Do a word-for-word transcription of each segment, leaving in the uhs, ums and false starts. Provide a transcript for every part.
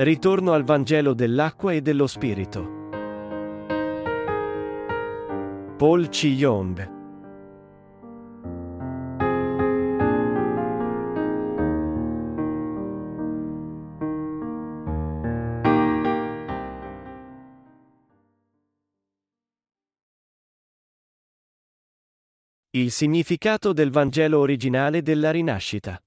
Ritorno al Vangelo dell'acqua e dello Spirito. Paul Chi-yong. Il significato del Vangelo originale della rinascita.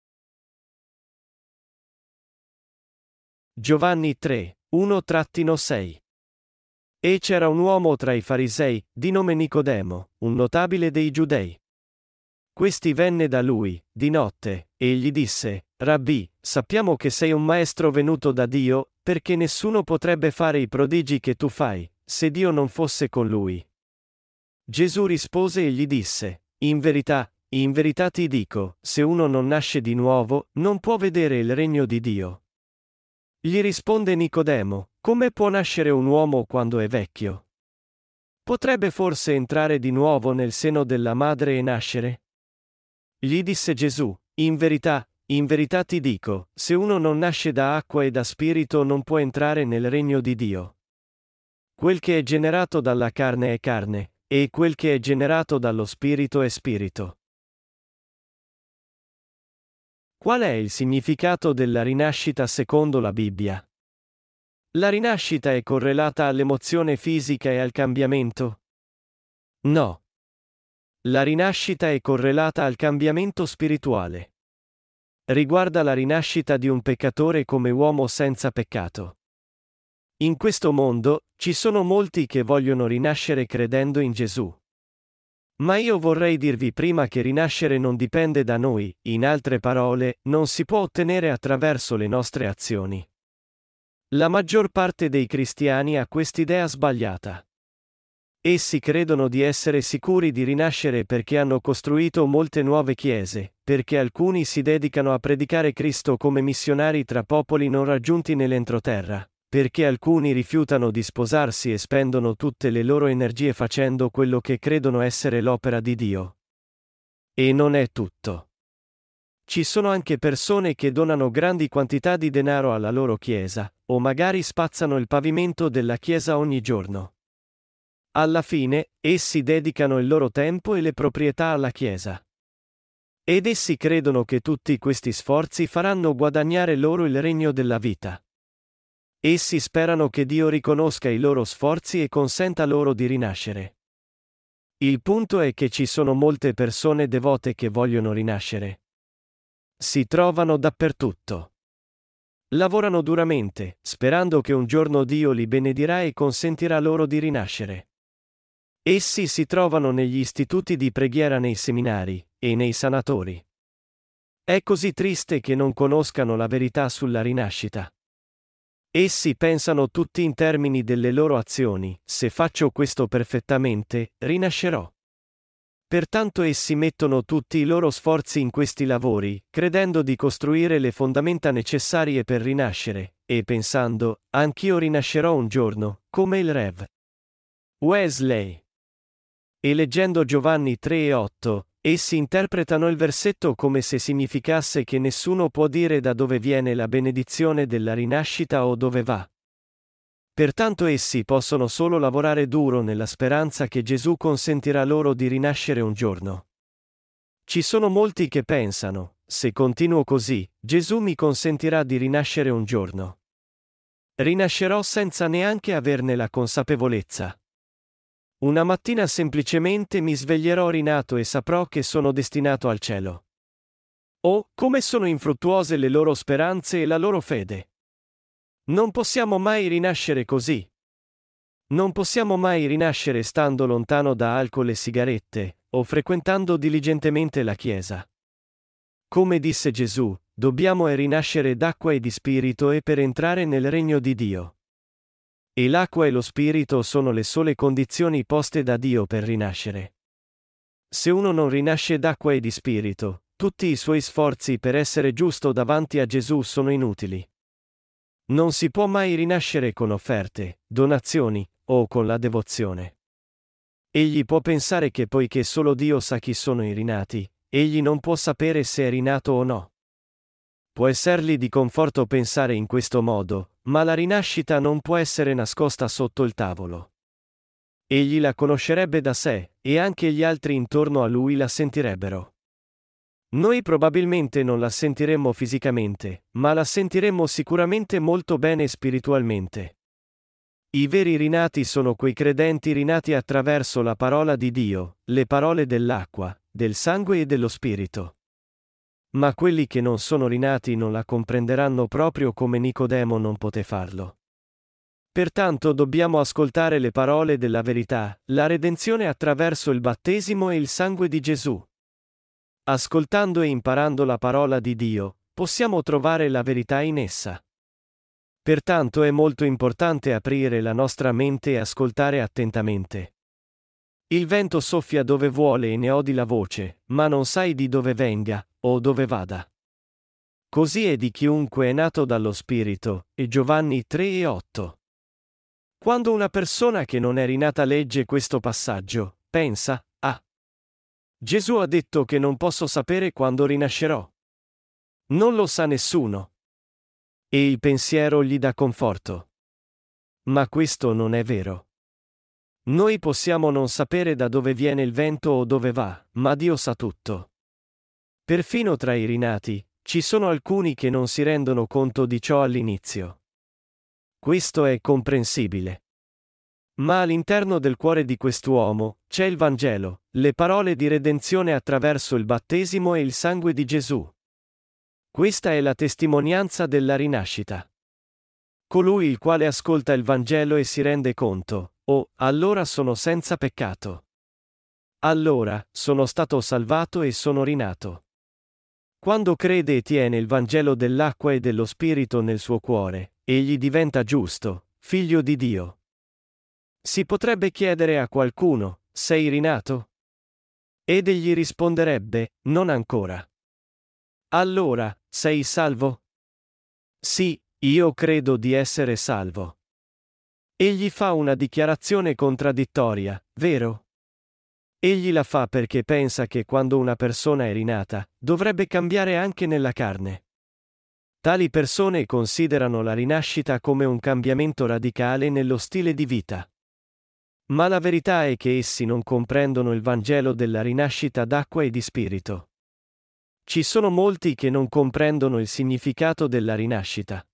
Giovanni tre, uno sei. E c'era un uomo tra i farisei, di nome Nicodemo, un notabile dei Giudei. Questi venne da lui, di notte, e gli disse: Rabbì, sappiamo che sei un maestro venuto da Dio, perché nessuno potrebbe fare i prodigi che tu fai, se Dio non fosse con lui. Gesù rispose e gli disse: In verità, in verità ti dico, se uno non nasce di nuovo, non può vedere il regno di Dio. Gli risponde Nicodemo: Come può nascere un uomo quando è vecchio? Potrebbe forse entrare di nuovo nel seno della madre e nascere? Gli disse Gesù: In verità, in verità ti dico, se uno non nasce da acqua e da spirito non può entrare nel regno di Dio. Quel che è generato dalla carne è carne, e quel che è generato dallo spirito è spirito. Qual è il significato della rinascita secondo la Bibbia? La rinascita è correlata all'emozione fisica e al cambiamento? No. La rinascita è correlata al cambiamento spirituale. Riguarda la rinascita di un peccatore come uomo senza peccato. In questo mondo, ci sono molti che vogliono rinascere credendo in Gesù. Ma io vorrei dirvi prima che rinascere non dipende da noi, in altre parole, non si può ottenere attraverso le nostre azioni. La maggior parte dei cristiani ha quest'idea sbagliata. Essi credono di essere sicuri di rinascere perché hanno costruito molte nuove chiese, perché alcuni si dedicano a predicare Cristo come missionari tra popoli non raggiunti nell'entroterra, perché alcuni rifiutano di sposarsi e spendono tutte le loro energie facendo quello che credono essere l'opera di Dio. E non è tutto. Ci sono anche persone che donano grandi quantità di denaro alla loro chiesa, o magari spazzano il pavimento della chiesa ogni giorno. Alla fine, essi dedicano il loro tempo e le proprietà alla chiesa. Ed essi credono che tutti questi sforzi faranno guadagnare loro il regno della vita. Essi sperano che Dio riconosca i loro sforzi e consenta loro di rinascere. Il punto è che ci sono molte persone devote che vogliono rinascere. Si trovano dappertutto. Lavorano duramente, sperando che un giorno Dio li benedirà e consentirà loro di rinascere. Essi si trovano negli istituti di preghiera, nei seminari, e nei sanatori. È così triste che non conoscano la verità sulla rinascita. Essi pensano tutti in termini delle loro azioni: se faccio questo perfettamente, rinascerò. Pertanto essi mettono tutti i loro sforzi in questi lavori, credendo di costruire le fondamenta necessarie per rinascere, e pensando: anch'io rinascerò un giorno, come il Rev. Wesley. E leggendo Giovanni tre otto, essi interpretano il versetto come se significasse che nessuno può dire da dove viene la benedizione della rinascita o dove va. Pertanto essi possono solo lavorare duro nella speranza che Gesù consentirà loro di rinascere un giorno. Ci sono molti che pensano: se continuo così, Gesù mi consentirà di rinascere un giorno. Rinascerò senza neanche averne la consapevolezza. Una mattina semplicemente mi sveglierò rinato e saprò che sono destinato al cielo. Oh, come sono infruttuose le loro speranze e la loro fede! Non possiamo mai rinascere così. Non possiamo mai rinascere stando lontano da alcol e sigarette, o frequentando diligentemente la chiesa. Come disse Gesù, dobbiamo è rinascere d'acqua e di spirito e per entrare nel regno di Dio. E l'acqua e lo spirito sono le sole condizioni poste da Dio per rinascere. Se uno non rinasce d'acqua e di spirito, tutti i suoi sforzi per essere giusto davanti a Gesù sono inutili. Non si può mai rinascere con offerte, donazioni, o con la devozione. Egli può pensare che poiché solo Dio sa chi sono i rinati, egli non può sapere se è rinato o no. Può essergli di conforto pensare in questo modo, ma la rinascita non può essere nascosta sotto il tavolo. Egli la conoscerebbe da sé, e anche gli altri intorno a lui la sentirebbero. Noi probabilmente non la sentiremmo fisicamente, ma la sentiremmo sicuramente molto bene spiritualmente. I veri rinati sono quei credenti rinati attraverso la parola di Dio, le parole dell'acqua, del sangue e dello Spirito. Ma quelli che non sono rinati non la comprenderanno proprio come Nicodemo non poté farlo. Pertanto dobbiamo ascoltare le parole della verità, la redenzione attraverso il battesimo e il sangue di Gesù. Ascoltando e imparando la parola di Dio, possiamo trovare la verità in essa. Pertanto è molto importante aprire la nostra mente e ascoltare attentamente. Il vento soffia dove vuole e ne odi la voce, ma non sai di dove venga, o dove vada. Così è di chiunque è nato dallo Spirito, e Giovanni tre e otto. Quando una persona che non è rinata legge questo passaggio, pensa, ah, Gesù ha detto che non posso sapere quando rinascerò. Non lo sa nessuno. E il pensiero gli dà conforto. Ma questo non è vero. Noi possiamo non sapere da dove viene il vento o dove va, ma Dio sa tutto. Perfino tra i rinati, ci sono alcuni che non si rendono conto di ciò all'inizio. Questo è comprensibile. Ma all'interno del cuore di quest'uomo c'è il Vangelo, le parole di redenzione attraverso il battesimo e il sangue di Gesù. Questa è la testimonianza della rinascita. Colui il quale ascolta il Vangelo e si rende conto, oh, allora sono senza peccato. Allora, sono stato salvato e sono rinato. Quando crede e tiene il Vangelo dell'acqua e dello Spirito nel suo cuore, egli diventa giusto, figlio di Dio. Si potrebbe chiedere a qualcuno, sei rinato? Ed egli risponderebbe, non ancora. Allora, sei salvo? Sì, io credo di essere salvo. Egli fa una dichiarazione contraddittoria, vero? Egli la fa perché pensa che quando una persona è rinata, dovrebbe cambiare anche nella carne. Tali persone considerano la rinascita come un cambiamento radicale nello stile di vita. Ma la verità è che essi non comprendono il Vangelo della rinascita d'acqua e di spirito. Ci sono molti che non comprendono il significato della rinascita.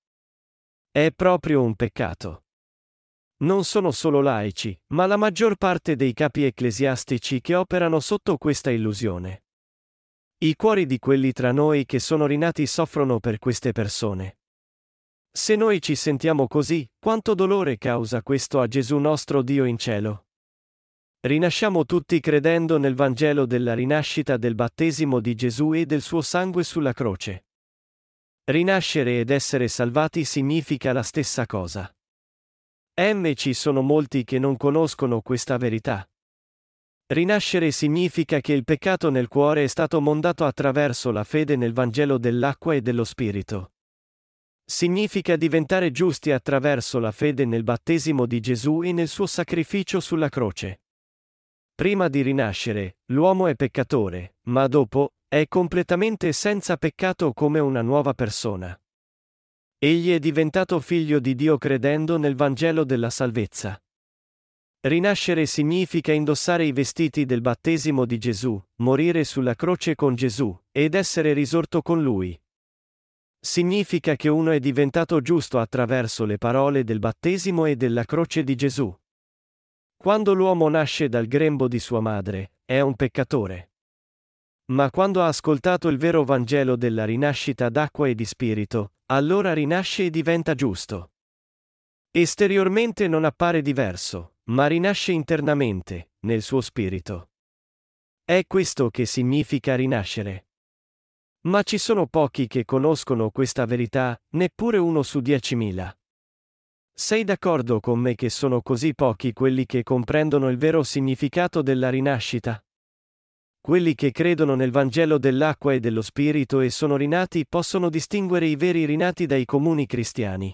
È proprio un peccato. Non sono solo laici, ma la maggior parte dei capi ecclesiastici che operano sotto questa illusione. I cuori di quelli tra noi che sono rinati soffrono per queste persone. Se noi ci sentiamo così, quanto dolore causa questo a Gesù nostro Dio in cielo? Rinasciamo tutti credendo nel Vangelo della rinascita del battesimo di Gesù e del suo sangue sulla croce. Rinascere ed essere salvati significa la stessa cosa. M ci sono molti che non conoscono questa verità. Rinascere significa che il peccato nel cuore è stato mondato attraverso la fede nel Vangelo dell'acqua e dello Spirito. Significa diventare giusti attraverso la fede nel battesimo di Gesù e nel suo sacrificio sulla croce. Prima di rinascere, l'uomo è peccatore, ma dopo, è completamente senza peccato come una nuova persona. Egli è diventato figlio di Dio credendo nel Vangelo della salvezza. Rinascere significa indossare i vestiti del battesimo di Gesù, morire sulla croce con Gesù, ed essere risorto con Lui. Significa che uno è diventato giusto attraverso le parole del battesimo e della croce di Gesù. Quando l'uomo nasce dal grembo di sua madre, è un peccatore. Ma quando ha ascoltato il vero Vangelo della rinascita d'acqua e di spirito, allora rinasce e diventa giusto. Esteriormente non appare diverso, ma rinasce internamente, nel suo spirito. È questo che significa rinascere. Ma ci sono pochi che conoscono questa verità, neppure uno su diecimila. Sei d'accordo con me che sono così pochi quelli che comprendono il vero significato della rinascita? Quelli che credono nel Vangelo dell'acqua e dello Spirito e sono rinati possono distinguere i veri rinati dai comuni cristiani.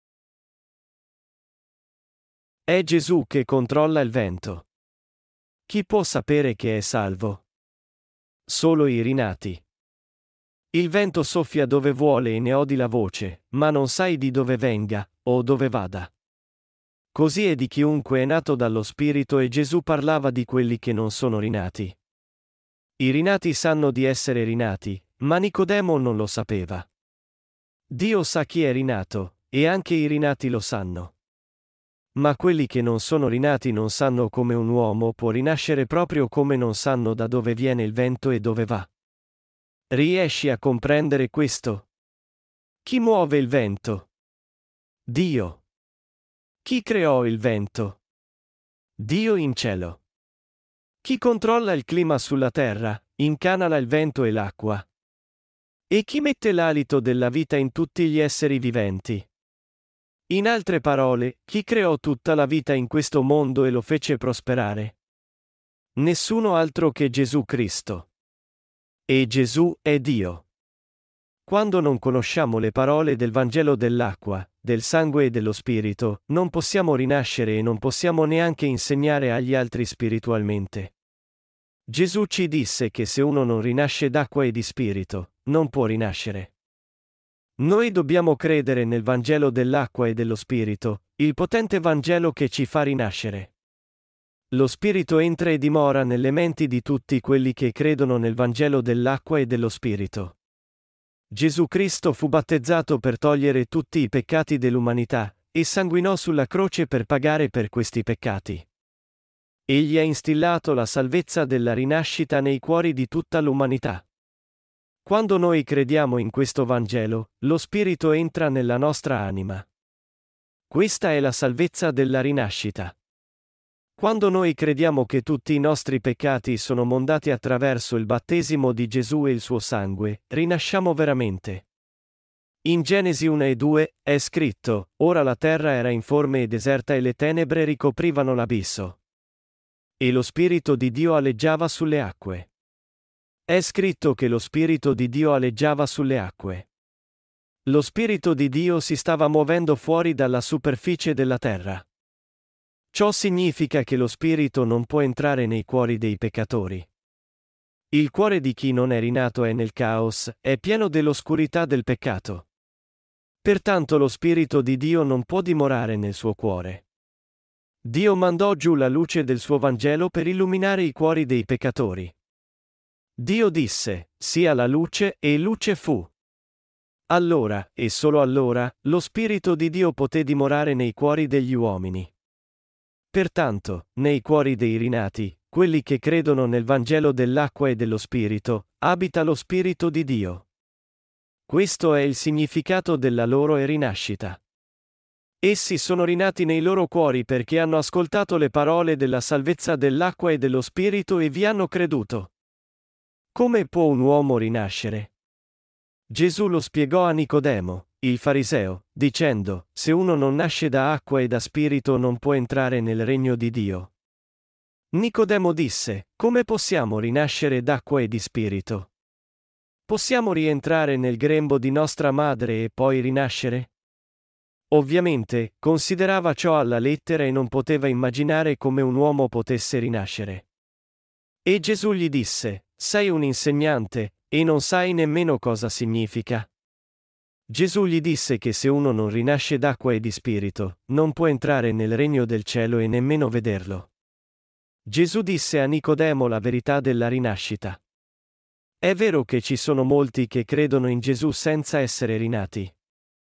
È Gesù che controlla il vento. Chi può sapere che è salvo? Solo i rinati. Il vento soffia dove vuole e ne odi la voce, ma non sai di dove venga, o dove vada. Così è di chiunque è nato dallo Spirito e Gesù parlava di quelli che non sono rinati. I rinati sanno di essere rinati, ma Nicodemo non lo sapeva. Dio sa chi è rinato, e anche i rinati lo sanno. Ma quelli che non sono rinati non sanno come un uomo può rinascere proprio come non sanno da dove viene il vento e dove va. Riesci a comprendere questo? Chi muove il vento? Dio. Chi creò il vento? Dio in cielo. Chi controlla il clima sulla terra, incanala il vento e l'acqua? E chi mette l'alito della vita in tutti gli esseri viventi? In altre parole, chi creò tutta la vita in questo mondo e lo fece prosperare? Nessuno altro che Gesù Cristo. E Gesù è Dio. Quando non conosciamo le parole del Vangelo dell'acqua, del sangue e dello Spirito, non possiamo rinascere e non possiamo neanche insegnare agli altri spiritualmente. Gesù ci disse che se uno non rinasce d'acqua e di Spirito, non può rinascere. Noi dobbiamo credere nel Vangelo dell'acqua e dello Spirito, il potente Vangelo che ci fa rinascere. Lo Spirito entra e dimora nelle menti di tutti quelli che credono nel Vangelo dell'acqua e dello Spirito. Gesù Cristo fu battezzato per togliere tutti i peccati dell'umanità, e sanguinò sulla croce per pagare per questi peccati. Egli ha instillato la salvezza della rinascita nei cuori di tutta l'umanità. Quando noi crediamo in questo Vangelo, lo Spirito entra nella nostra anima. Questa è la salvezza della rinascita. Quando noi crediamo che tutti i nostri peccati sono mondati attraverso il battesimo di Gesù e il suo sangue, rinasciamo veramente. In Genesi uno e due, è scritto: ora la terra era informe e deserta e le tenebre ricoprivano l'abisso. E lo Spirito di Dio aleggiava sulle acque. È scritto che lo Spirito di Dio aleggiava sulle acque. Lo Spirito di Dio si stava muovendo fuori dalla superficie della terra. Ciò significa che lo Spirito non può entrare nei cuori dei peccatori. Il cuore di chi non è rinato è nel caos, è pieno dell'oscurità del peccato. Pertanto lo Spirito di Dio non può dimorare nel suo cuore. Dio mandò giù la luce del suo Vangelo per illuminare i cuori dei peccatori. Dio disse: sia la luce, e luce fu. Allora, e solo allora, lo Spirito di Dio poté dimorare nei cuori degli uomini. Pertanto, nei cuori dei rinati, quelli che credono nel Vangelo dell'acqua e dello Spirito, abita lo Spirito di Dio. Questo è il significato della loro rinascita. Essi sono rinati nei loro cuori perché hanno ascoltato le parole della salvezza dell'acqua e dello Spirito e vi hanno creduto. Come può un uomo rinascere? Gesù lo spiegò a Nicodemo, il fariseo, dicendo: se uno non nasce da acqua e da Spirito non può entrare nel regno di Dio. Nicodemo disse: come possiamo rinascere d'acqua e di Spirito? Possiamo rientrare nel grembo di nostra madre e poi rinascere? Ovviamente, considerava ciò alla lettera e non poteva immaginare come un uomo potesse rinascere. E Gesù gli disse: sei un insegnante, e non sai nemmeno cosa significa. Gesù gli disse che se uno non rinasce d'acqua e di Spirito, non può entrare nel regno del cielo e nemmeno vederlo. Gesù disse a Nicodemo la verità della rinascita. È vero che ci sono molti che credono in Gesù senza essere rinati.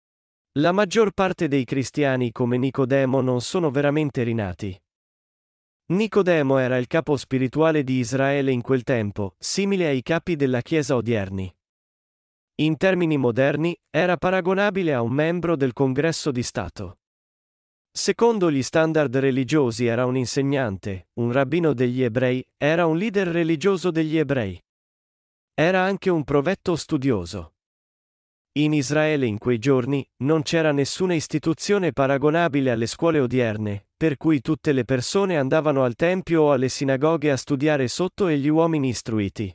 La maggior parte dei cristiani come Nicodemo non sono veramente rinati. Nicodemo era il capo spirituale di Israele in quel tempo, simile ai capi della Chiesa odierni. In termini moderni, era paragonabile a un membro del Congresso di Stato. Secondo gli standard religiosi era un insegnante, un rabbino degli ebrei, era un leader religioso degli ebrei. Era anche un provetto studioso. In Israele in quei giorni, non c'era nessuna istituzione paragonabile alle scuole odierne, per cui tutte le persone andavano al tempio o alle sinagoghe a studiare sotto e gli uomini istruiti.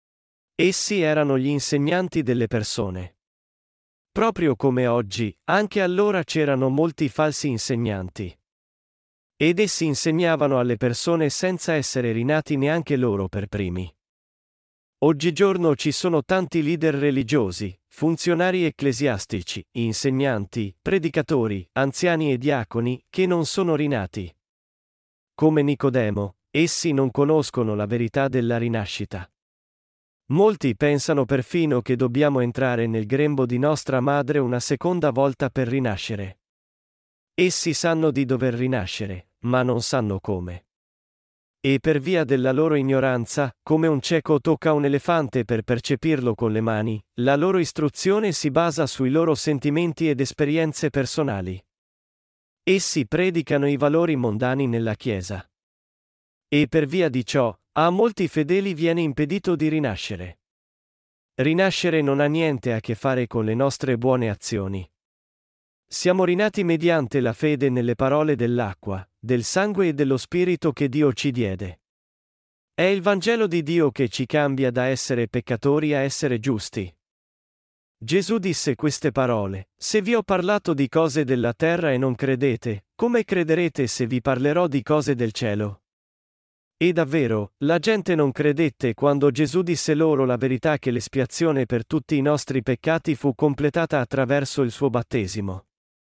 Essi erano gli insegnanti delle persone. Proprio come oggi, anche allora c'erano molti falsi insegnanti. Ed essi insegnavano alle persone senza essere rinati neanche loro per primi. Oggigiorno ci sono tanti leader religiosi, funzionari ecclesiastici, insegnanti, predicatori, anziani e diaconi, che non sono rinati. Come Nicodemo, essi non conoscono la verità della rinascita. Molti pensano perfino che dobbiamo entrare nel grembo di nostra madre una seconda volta per rinascere. Essi sanno di dover rinascere, ma non sanno come. E per via della loro ignoranza, come un cieco tocca un elefante per percepirlo con le mani, la loro istruzione si basa sui loro sentimenti ed esperienze personali. Essi predicano i valori mondani nella Chiesa. E per via di ciò, a molti fedeli viene impedito di rinascere. Rinascere non ha niente a che fare con le nostre buone azioni. Siamo rinati mediante la fede nelle parole dell'acqua, del sangue e dello Spirito che Dio ci diede. È il Vangelo di Dio che ci cambia da essere peccatori a essere giusti. Gesù disse queste parole: Se vi ho parlato di cose della terra e non credete, come crederete se vi parlerò di cose del cielo? E davvero, la gente non credette quando Gesù disse loro la verità che l'espiazione per tutti i nostri peccati fu completata attraverso il suo battesimo.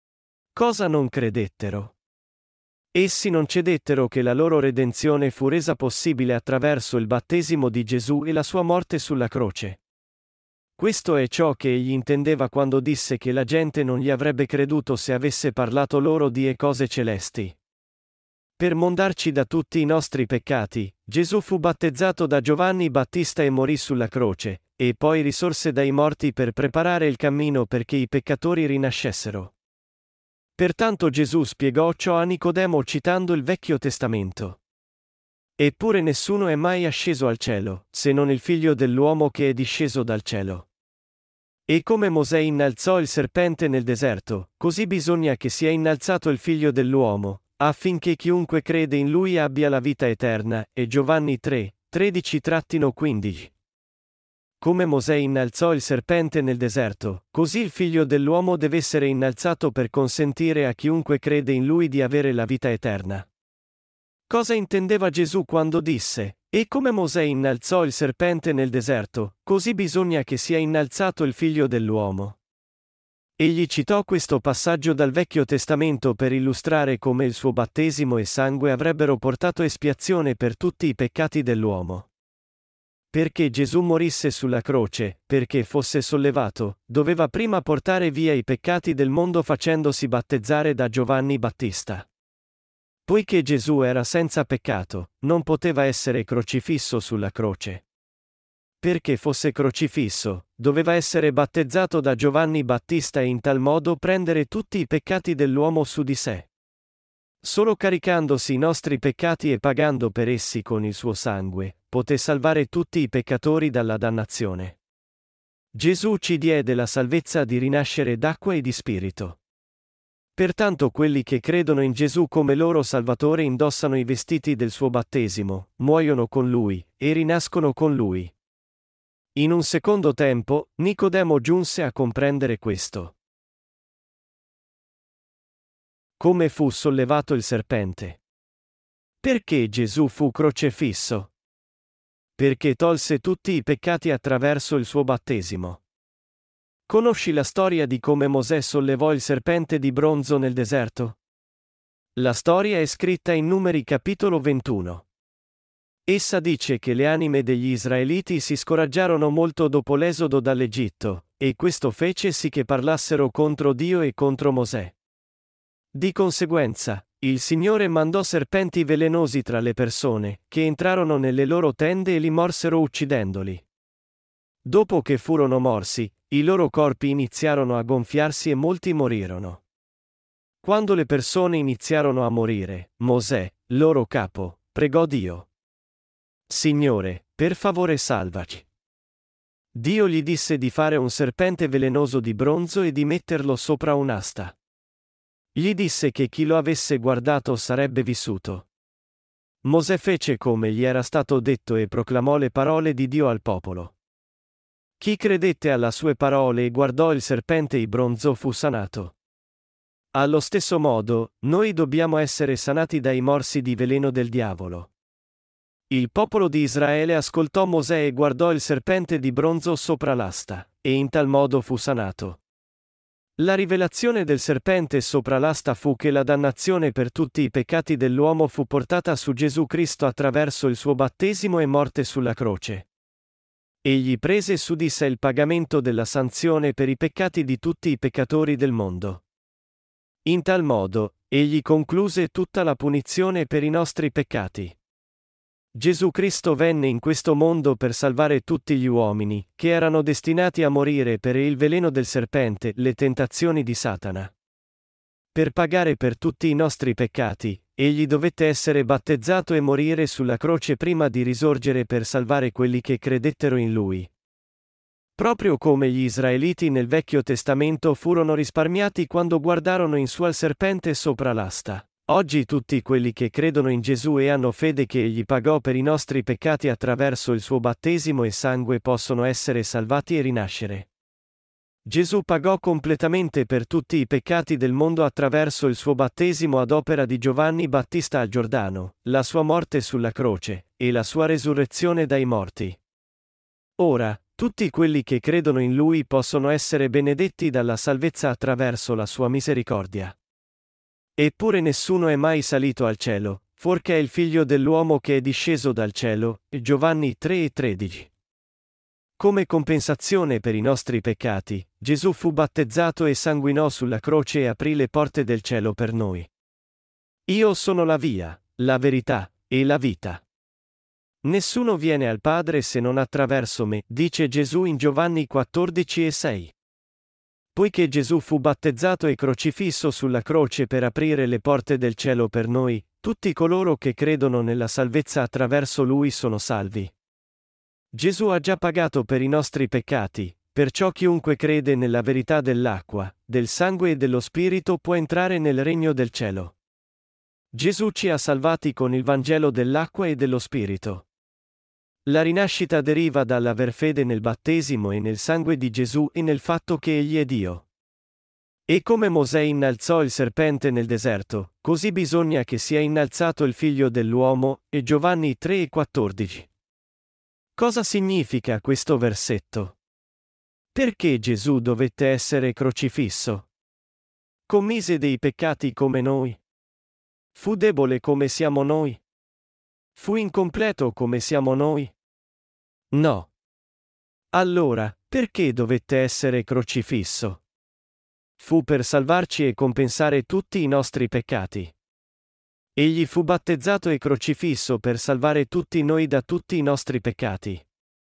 Cosa non credettero? Essi non cedettero che la loro redenzione fu resa possibile attraverso il battesimo di Gesù e la sua morte sulla croce. Questo è ciò che egli intendeva quando disse che la gente non gli avrebbe creduto se avesse parlato loro di cose celesti. Per mondarci da tutti i nostri peccati, Gesù fu battezzato da Giovanni Battista e morì sulla croce, e poi risorse dai morti per preparare il cammino perché i peccatori rinascessero. Pertanto Gesù spiegò ciò a Nicodemo citando il Vecchio Testamento. Eppure nessuno è mai asceso al cielo, se non il Figlio dell'uomo che è disceso dal cielo. E come Mosè innalzò il serpente nel deserto, così bisogna che sia innalzato il Figlio dell'uomo, affinché chiunque crede in lui abbia la vita eterna. E Giovanni tre, tredici quindici. Come Mosè innalzò il serpente nel deserto, così il Figlio dell'uomo deve essere innalzato per consentire a chiunque crede in lui di avere la vita eterna. Cosa intendeva Gesù quando disse: E come Mosè innalzò il serpente nel deserto, così bisogna che sia innalzato il Figlio dell'uomo? Egli citò questo passaggio dal Vecchio Testamento per illustrare come il suo battesimo e sangue avrebbero portato espiazione per tutti i peccati dell'uomo. Perché Gesù morisse sulla croce, perché fosse sollevato, doveva prima portare via i peccati del mondo facendosi battezzare da Giovanni Battista. Poiché Gesù era senza peccato, non poteva essere crocifisso sulla croce. Perché fosse crocifisso, doveva essere battezzato da Giovanni Battista e in tal modo prendere tutti i peccati dell'uomo su di sé. Solo caricandosi i nostri peccati e pagando per essi con il suo sangue, poté salvare tutti i peccatori dalla dannazione. Gesù ci diede la salvezza di rinascere d'acqua e di spirito. Pertanto quelli che credono in Gesù come loro Salvatore indossano i vestiti del suo battesimo, muoiono con lui, e rinascono con lui. In un secondo tempo, Nicodemo giunse a comprendere questo. Come fu sollevato il serpente? Perché Gesù fu crocefisso? Perché tolse tutti i peccati attraverso il suo battesimo. Conosci la storia di come Mosè sollevò il serpente di bronzo nel deserto? La storia è scritta in Numeri capitolo ventuno. Essa dice che le anime degli israeliti si scoraggiarono molto dopo l'esodo dall'Egitto, e questo fece sì che parlassero contro Dio e contro Mosè. Di conseguenza, il Signore mandò serpenti velenosi tra le persone, che entrarono nelle loro tende e li morsero uccidendoli. Dopo che furono morsi, i loro corpi iniziarono a gonfiarsi e molti morirono. Quando le persone iniziarono a morire, Mosè, loro capo, pregò Dio. Signore, per favore salvaci. Dio gli disse di fare un serpente velenoso di bronzo e di metterlo sopra un'asta. Gli disse che chi lo avesse guardato sarebbe vissuto. Mosè fece come gli era stato detto e proclamò le parole di Dio al popolo. Chi credette alle sue parole e guardò il serpente di bronzo fu sanato. Allo stesso modo, noi dobbiamo essere sanati dai morsi di veleno del diavolo. Il popolo di Israele ascoltò Mosè e guardò il serpente di bronzo sopra l'asta, e in tal modo fu sanato. La rivelazione del serpente sopra l'asta fu che la dannazione per tutti i peccati dell'uomo fu portata su Gesù Cristo attraverso il suo battesimo e morte sulla croce. Egli prese su di sé il pagamento della sanzione per i peccati di tutti i peccatori del mondo. In tal modo, egli concluse tutta la punizione per i nostri peccati. Gesù Cristo venne in questo mondo per salvare tutti gli uomini, che erano destinati a morire per il veleno del serpente, le tentazioni di Satana. Per pagare per tutti i nostri peccati, egli dovette essere battezzato e morire sulla croce prima di risorgere per salvare quelli che credettero in lui. Proprio come gli israeliti nel Vecchio Testamento furono risparmiati quando guardarono in su al serpente sopra l'asta. Oggi tutti quelli che credono in Gesù e hanno fede che egli pagò per i nostri peccati attraverso il suo battesimo e sangue possono essere salvati e rinascere. Gesù pagò completamente per tutti i peccati del mondo attraverso il suo battesimo ad opera di Giovanni Battista al Giordano, la sua morte sulla croce, e la sua resurrezione dai morti. Ora, tutti quelli che credono in Lui possono essere benedetti dalla salvezza attraverso la sua misericordia. Eppure nessuno è mai salito al cielo, fuorché il Figlio dell'uomo che è disceso dal cielo, Giovanni tre e tredici. Come compensazione per i nostri peccati, Gesù fu battezzato e sanguinò sulla croce e aprì le porte del cielo per noi. Io sono la via, la verità, e la vita. Nessuno viene al Padre se non attraverso me, dice Gesù in Giovanni quattordici e sei. Poiché Gesù fu battezzato e crocifisso sulla croce per aprire le porte del cielo per noi, tutti coloro che credono nella salvezza attraverso Lui sono salvi. Gesù ha già pagato per i nostri peccati, perciò chiunque crede nella verità dell'acqua, del sangue e dello Spirito può entrare nel regno del cielo. Gesù ci ha salvati con il Vangelo dell'acqua e dello Spirito. La rinascita deriva dall'aver fede nel battesimo e nel sangue di Gesù e nel fatto che Egli è Dio. E come Mosè innalzò il serpente nel deserto, così bisogna che sia innalzato il Figlio dell'uomo, e Giovanni tre e quattordici. Cosa significa questo versetto? Perché Gesù dovette essere crocifisso? Commise dei peccati come noi? Fu debole come siamo noi? Fu incompleto come siamo noi? No. Allora, perché dovette essere crocifisso? Fu per salvarci e compensare tutti i nostri peccati. Egli fu battezzato e crocifisso per salvare tutti noi da tutti i nostri peccati.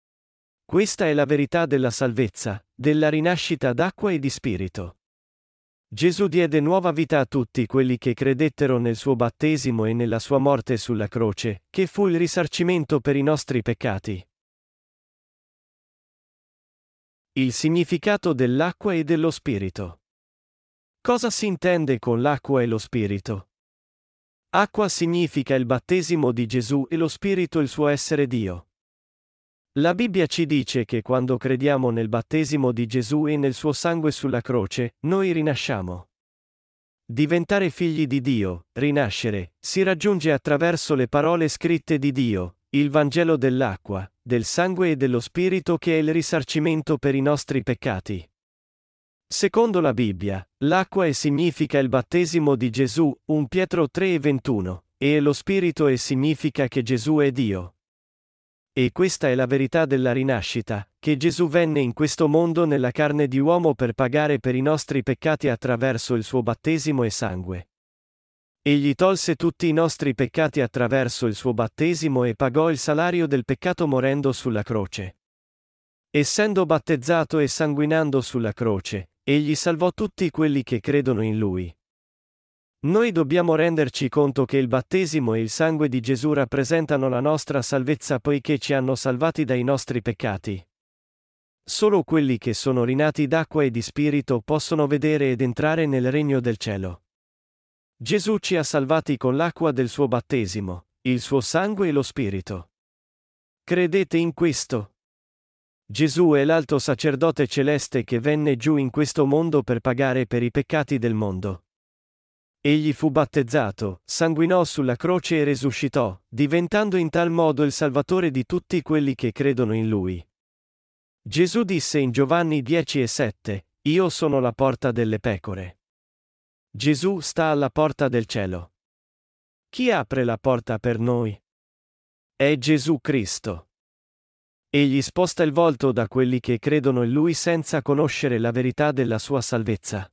Questa è la verità della salvezza, della rinascita d'acqua e di spirito. Gesù diede nuova vita a tutti quelli che credettero nel suo battesimo e nella sua morte sulla croce, che fu il risarcimento per i nostri peccati. Il significato dell'acqua e dello spirito. Cosa si intende con l'acqua e lo spirito? Acqua significa il battesimo di Gesù e lo spirito il suo essere Dio. La Bibbia ci dice che quando crediamo nel battesimo di Gesù e nel suo sangue sulla croce, noi rinasciamo. Diventare figli di Dio, rinascere, si raggiunge attraverso le parole scritte di Dio, il Vangelo dell'acqua, del sangue e dello Spirito che è il risarcimento per i nostri peccati. Secondo la Bibbia, l'acqua e significa il battesimo di Gesù, primo Pietro tre e ventuno, e lo Spirito e significa che Gesù è Dio. E questa è la verità della rinascita, che Gesù venne in questo mondo nella carne di uomo per pagare per i nostri peccati attraverso il suo battesimo e sangue. Egli tolse tutti i nostri peccati attraverso il suo battesimo e pagò il salario del peccato morendo sulla croce. Essendo battezzato e sanguinando sulla croce, egli salvò tutti quelli che credono in lui. Noi dobbiamo renderci conto che il battesimo e il sangue di Gesù rappresentano la nostra salvezza poiché ci hanno salvati dai nostri peccati. Solo quelli che sono rinati d'acqua e di spirito possono vedere ed entrare nel regno del cielo. Gesù ci ha salvati con l'acqua del suo battesimo, il suo sangue e lo spirito. Credete in questo? Gesù è l'alto sacerdote celeste che venne giù in questo mondo per pagare per i peccati del mondo. Egli fu battezzato, sanguinò sulla croce e risuscitò, diventando in tal modo il Salvatore di tutti quelli che credono in Lui. Gesù disse in Giovanni dieci e sette, Io sono la porta delle pecore. Gesù sta alla porta del cielo. Chi apre la porta per noi? È Gesù Cristo. Egli sposta il volto da quelli che credono in Lui senza conoscere la verità della sua salvezza.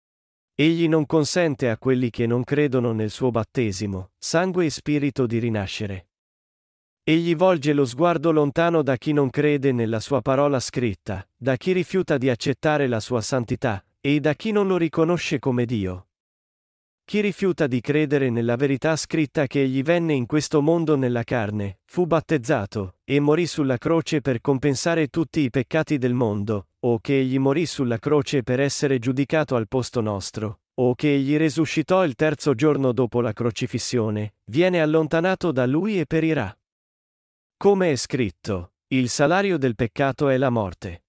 Egli non consente a quelli che non credono nel suo battesimo, sangue e spirito di rinascere. Egli volge lo sguardo lontano da chi non crede nella sua parola scritta, da chi rifiuta di accettare la sua santità, e da chi non lo riconosce come Dio. Chi rifiuta di credere nella verità scritta che egli venne in questo mondo nella carne, fu battezzato, e morì sulla croce per compensare tutti i peccati del mondo, o che egli morì sulla croce per essere giudicato al posto nostro, o che egli risuscitò il terzo giorno dopo la crocifissione, viene allontanato da lui e perirà. Come è scritto, il salario del peccato è la morte.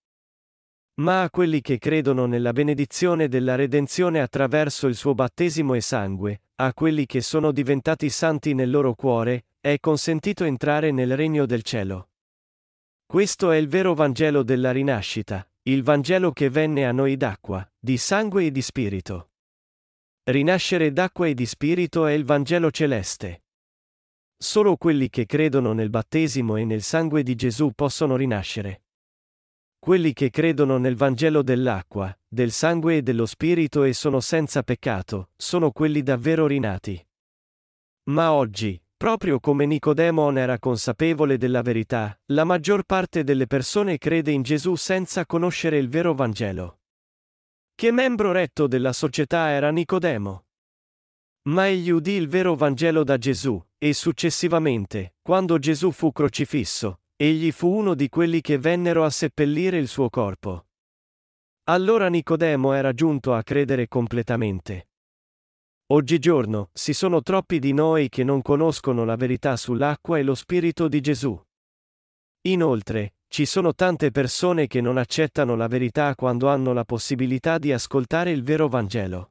Ma a quelli che credono nella benedizione della redenzione attraverso il suo battesimo e sangue, a quelli che sono diventati santi nel loro cuore, è consentito entrare nel regno del cielo. Questo è il vero Vangelo della rinascita, il Vangelo che venne a noi d'acqua, di sangue e di spirito. Rinascere d'acqua e di spirito è il Vangelo celeste. Solo quelli che credono nel battesimo e nel sangue di Gesù possono rinascere. Quelli che credono nel Vangelo dell'acqua, del sangue e dello spirito e sono senza peccato, sono quelli davvero rinati. Ma oggi, proprio come Nicodemo non era consapevole della verità, la maggior parte delle persone crede in Gesù senza conoscere il vero Vangelo. Che membro retto della società era Nicodemo? Ma egli udì il vero Vangelo da Gesù, e successivamente, quando Gesù fu crocifisso, egli fu uno di quelli che vennero a seppellire il suo corpo. Allora Nicodemo era giunto a credere completamente. Oggigiorno, ci sono troppi di noi che non conoscono la verità sull'acqua e lo spirito di Gesù. Inoltre, ci sono tante persone che non accettano la verità quando hanno la possibilità di ascoltare il vero Vangelo.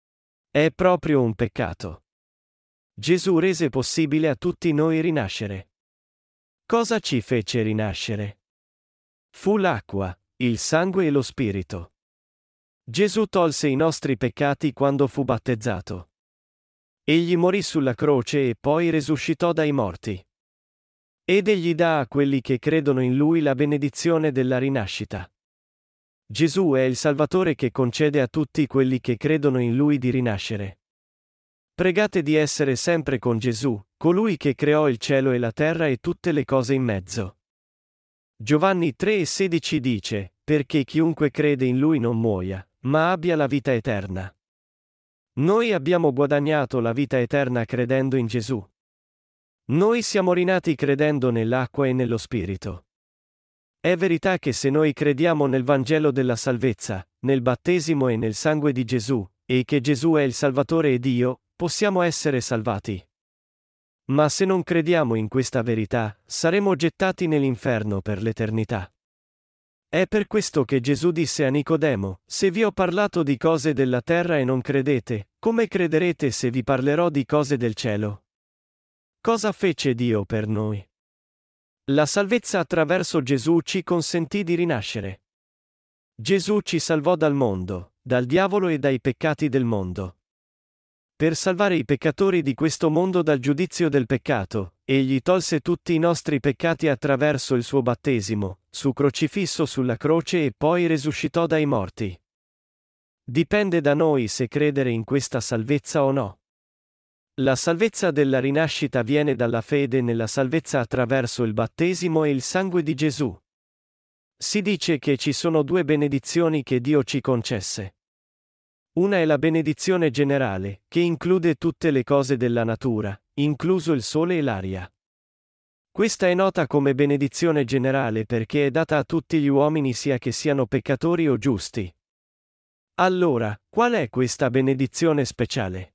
È proprio un peccato. Gesù rese possibile a tutti noi rinascere. Cosa ci fece rinascere? Fu l'acqua, il sangue e lo spirito. Gesù tolse i nostri peccati quando fu battezzato. Egli morì sulla croce e poi risuscitò dai morti. Ed egli dà a quelli che credono in lui la benedizione della rinascita. Gesù è il Salvatore che concede a tutti quelli che credono in lui di rinascere. Pregate di essere sempre con Gesù, colui che creò il cielo e la terra e tutte le cose in mezzo. Giovanni tre e sedici dice, perché chiunque crede in lui non muoia, ma abbia la vita eterna. Noi abbiamo guadagnato la vita eterna credendo in Gesù. Noi siamo rinati credendo nell'acqua e nello Spirito. È verità che se noi crediamo nel Vangelo della salvezza, nel battesimo e nel sangue di Gesù, e che Gesù è il Salvatore e Dio, possiamo essere salvati. Ma se non crediamo in questa verità, saremo gettati nell'inferno per l'eternità. È per questo che Gesù disse a Nicodemo, se vi ho parlato di cose della terra e non credete, come crederete se vi parlerò di cose del cielo? Cosa fece Dio per noi? La salvezza attraverso Gesù ci consentì di rinascere. Gesù ci salvò dal mondo, dal diavolo e dai peccati del mondo. Per salvare i peccatori di questo mondo dal giudizio del peccato, egli tolse tutti i nostri peccati attraverso il suo battesimo, su crocifisso sulla croce e poi risuscitò dai morti. Dipende da noi se credere in questa salvezza o no. La salvezza della rinascita viene dalla fede nella salvezza attraverso il battesimo e il sangue di Gesù. Si dice che ci sono due benedizioni che Dio ci concesse. Una è la benedizione generale, che include tutte le cose della natura, incluso il sole e l'aria. Questa è nota come benedizione generale perché è data a tutti gli uomini sia che siano peccatori o giusti. Allora, qual è questa benedizione speciale?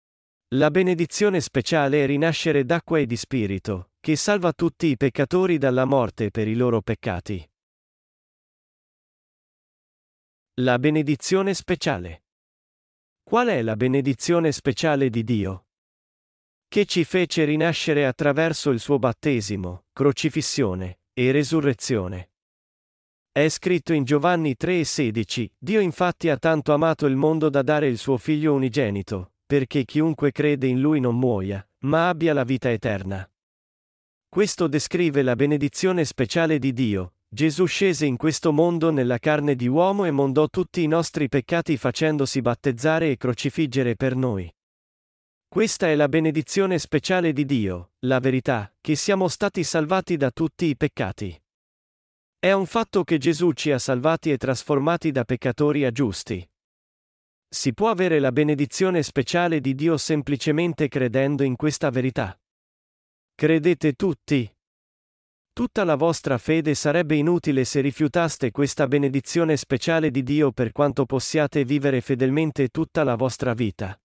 La benedizione speciale è rinascere d'acqua e di spirito, che salva tutti i peccatori dalla morte per i loro peccati. La benedizione speciale. Qual è la benedizione speciale di Dio? Che ci fece rinascere attraverso il suo battesimo, crocifissione e resurrezione. È scritto in Giovanni tre e sedici, Dio infatti ha tanto amato il mondo da dare il suo figlio unigenito, perché chiunque crede in lui non muoia, ma abbia la vita eterna. Questo descrive la benedizione speciale di Dio. Gesù scese in questo mondo nella carne di uomo e mondò tutti i nostri peccati facendosi battezzare e crocifiggere per noi. Questa è la benedizione speciale di Dio, la verità, che siamo stati salvati da tutti i peccati. È un fatto che Gesù ci ha salvati e trasformati da peccatori a giusti. Si può avere la benedizione speciale di Dio semplicemente credendo in questa verità. Credete tutti? Tutta la vostra fede sarebbe inutile se rifiutaste questa benedizione speciale di Dio per quanto possiate vivere fedelmente tutta la vostra vita.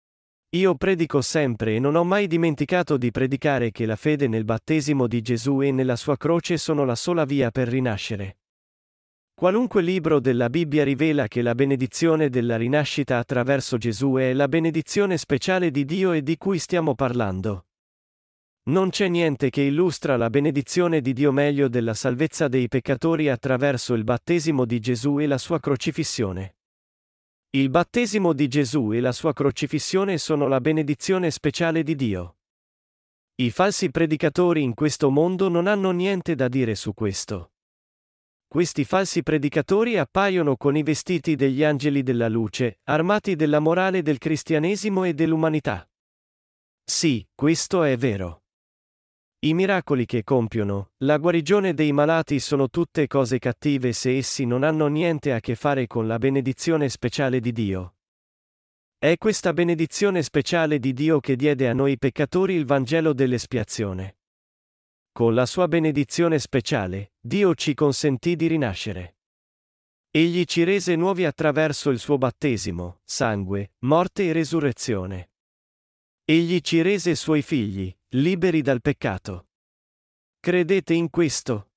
Io predico sempre e non ho mai dimenticato di predicare che la fede nel battesimo di Gesù e nella sua croce sono la sola via per rinascere. Qualunque libro della Bibbia rivela che la benedizione della rinascita attraverso Gesù è la benedizione speciale di Dio e di cui stiamo parlando. Non c'è niente che illustra la benedizione di Dio meglio della salvezza dei peccatori attraverso il battesimo di Gesù e la sua crocifissione. Il battesimo di Gesù e la sua crocifissione sono la benedizione speciale di Dio. I falsi predicatori in questo mondo non hanno niente da dire su questo. Questi falsi predicatori appaiono con i vestiti degli angeli della luce, armati della morale del cristianesimo e dell'umanità. Sì, questo è vero. I miracoli che compiono, la guarigione dei malati sono tutte cose cattive se essi non hanno niente a che fare con la benedizione speciale di Dio. È questa benedizione speciale di Dio che diede a noi peccatori il Vangelo dell'espiazione. Con la sua benedizione speciale, Dio ci consentì di rinascere. Egli ci rese nuovi attraverso il suo battesimo, sangue, morte e resurrezione. Egli ci rese suoi figli, liberi dal peccato. Credete in questo?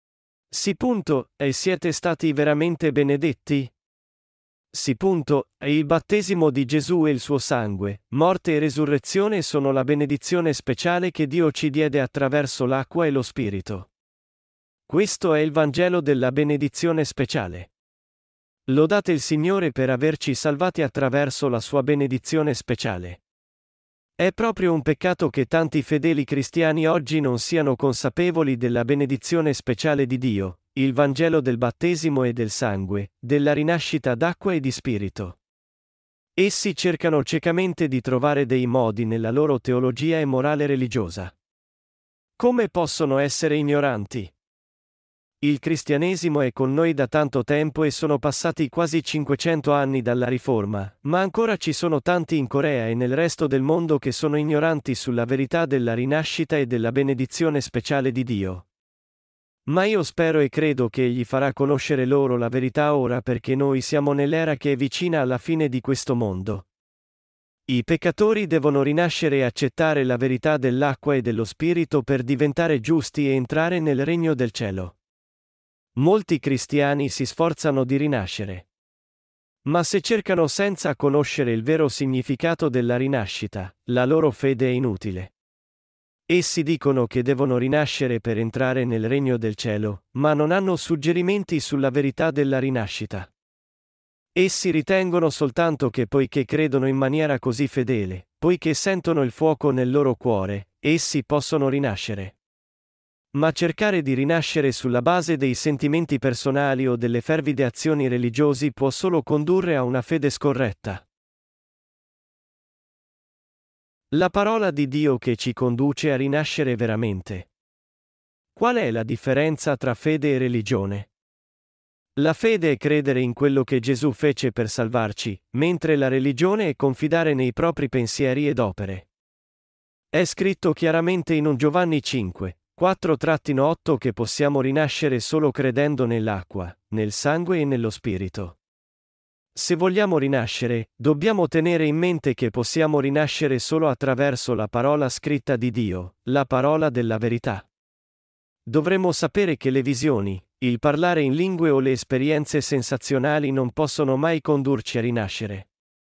Sì punto, e siete stati veramente benedetti? Sì punto, e il battesimo di Gesù e il suo sangue, morte e resurrezione sono la benedizione speciale che Dio ci diede attraverso l'acqua e lo Spirito. Questo è il Vangelo della benedizione speciale. Lodate il Signore per averci salvati attraverso la sua benedizione speciale. È proprio un peccato che tanti fedeli cristiani oggi non siano consapevoli della benedizione speciale di Dio, il Vangelo del battesimo e del sangue, della rinascita d'acqua e di spirito. Essi cercano ciecamente di trovare dei modi nella loro teologia e morale religiosa. Come possono essere ignoranti? Il cristianesimo è con noi da tanto tempo e sono passati quasi cinquecento anni dalla Riforma, ma ancora ci sono tanti in Corea e nel resto del mondo che sono ignoranti sulla verità della rinascita e della benedizione speciale di Dio. Ma io spero e credo che Egli farà conoscere loro la verità ora perché noi siamo nell'era che è vicina alla fine di questo mondo. I peccatori devono rinascere e accettare la verità dell'acqua e dello Spirito per diventare giusti e entrare nel regno del cielo. Molti cristiani si sforzano di rinascere. Ma se cercano senza conoscere il vero significato della rinascita, la loro fede è inutile. Essi dicono che devono rinascere per entrare nel regno del cielo, ma non hanno suggerimenti sulla verità della rinascita. Essi ritengono soltanto che poiché credono in maniera così fedele, poiché sentono il fuoco nel loro cuore, essi possono rinascere. Ma cercare di rinascere sulla base dei sentimenti personali o delle fervide azioni religiosi può solo condurre a una fede scorretta. La parola di Dio che ci conduce a rinascere veramente. Qual è la differenza tra fede e religione? La fede è credere in quello che Gesù fece per salvarci, mentre la religione è confidare nei propri pensieri ed opere. È scritto chiaramente in un Giovanni cinque, quattro otto che possiamo rinascere solo credendo nell'acqua, nel sangue e nello Spirito. Se vogliamo rinascere, dobbiamo tenere in mente che possiamo rinascere solo attraverso la parola scritta di Dio, la parola della verità. Dovremmo sapere che le visioni, il parlare in lingue o le esperienze sensazionali non possono mai condurci a rinascere.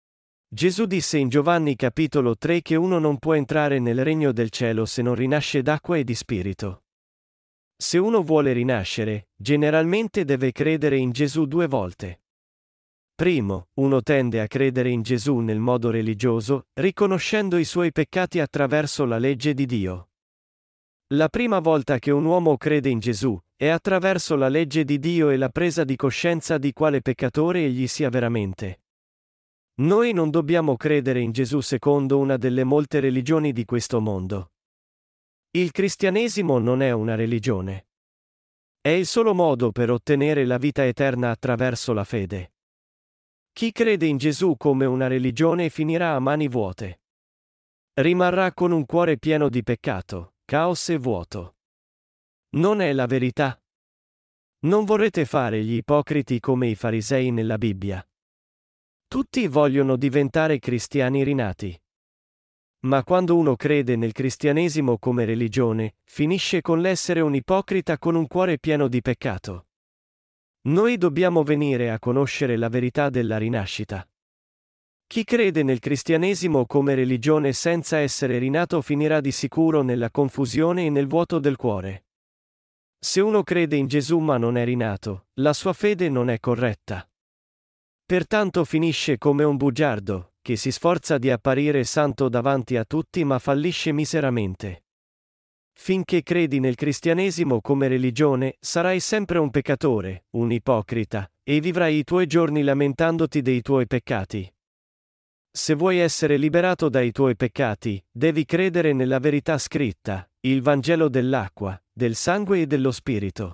Gesù disse in Giovanni capitolo tre che uno non può entrare nel regno del cielo se non rinasce d'acqua e di spirito. Se uno vuole rinascere, generalmente deve credere in Gesù due volte. Primo, uno tende a credere in Gesù nel modo religioso, riconoscendo i suoi peccati attraverso la legge di Dio. La prima volta che un uomo crede in Gesù, è attraverso la legge di Dio e la presa di coscienza di quale peccatore egli sia veramente. Noi non dobbiamo credere in Gesù secondo una delle molte religioni di questo mondo. Il cristianesimo non è una religione. È il solo modo per ottenere la vita eterna attraverso la fede. Chi crede in Gesù come una religione finirà a mani vuote. Rimarrà con un cuore pieno di peccato, caos e vuoto. Non è la verità. Non vorrete fare gli ipocriti come i farisei nella Bibbia. Tutti vogliono diventare cristiani rinati. Ma quando uno crede nel cristianesimo come religione, finisce con l'essere un ipocrita con un cuore pieno di peccato. Noi dobbiamo venire a conoscere la verità della rinascita. Chi crede nel cristianesimo come religione senza essere rinato finirà di sicuro nella confusione e nel vuoto del cuore. Se uno crede in Gesù ma non è rinato, la sua fede non è corretta. Pertanto finisce come un bugiardo, che si sforza di apparire santo davanti a tutti ma fallisce miseramente. Finché credi nel cristianesimo come religione, sarai sempre un peccatore, un ipocrita, e vivrai i tuoi giorni lamentandoti dei tuoi peccati. Se vuoi essere liberato dai tuoi peccati, devi credere nella verità scritta, il Vangelo dell'acqua, del sangue e dello Spirito.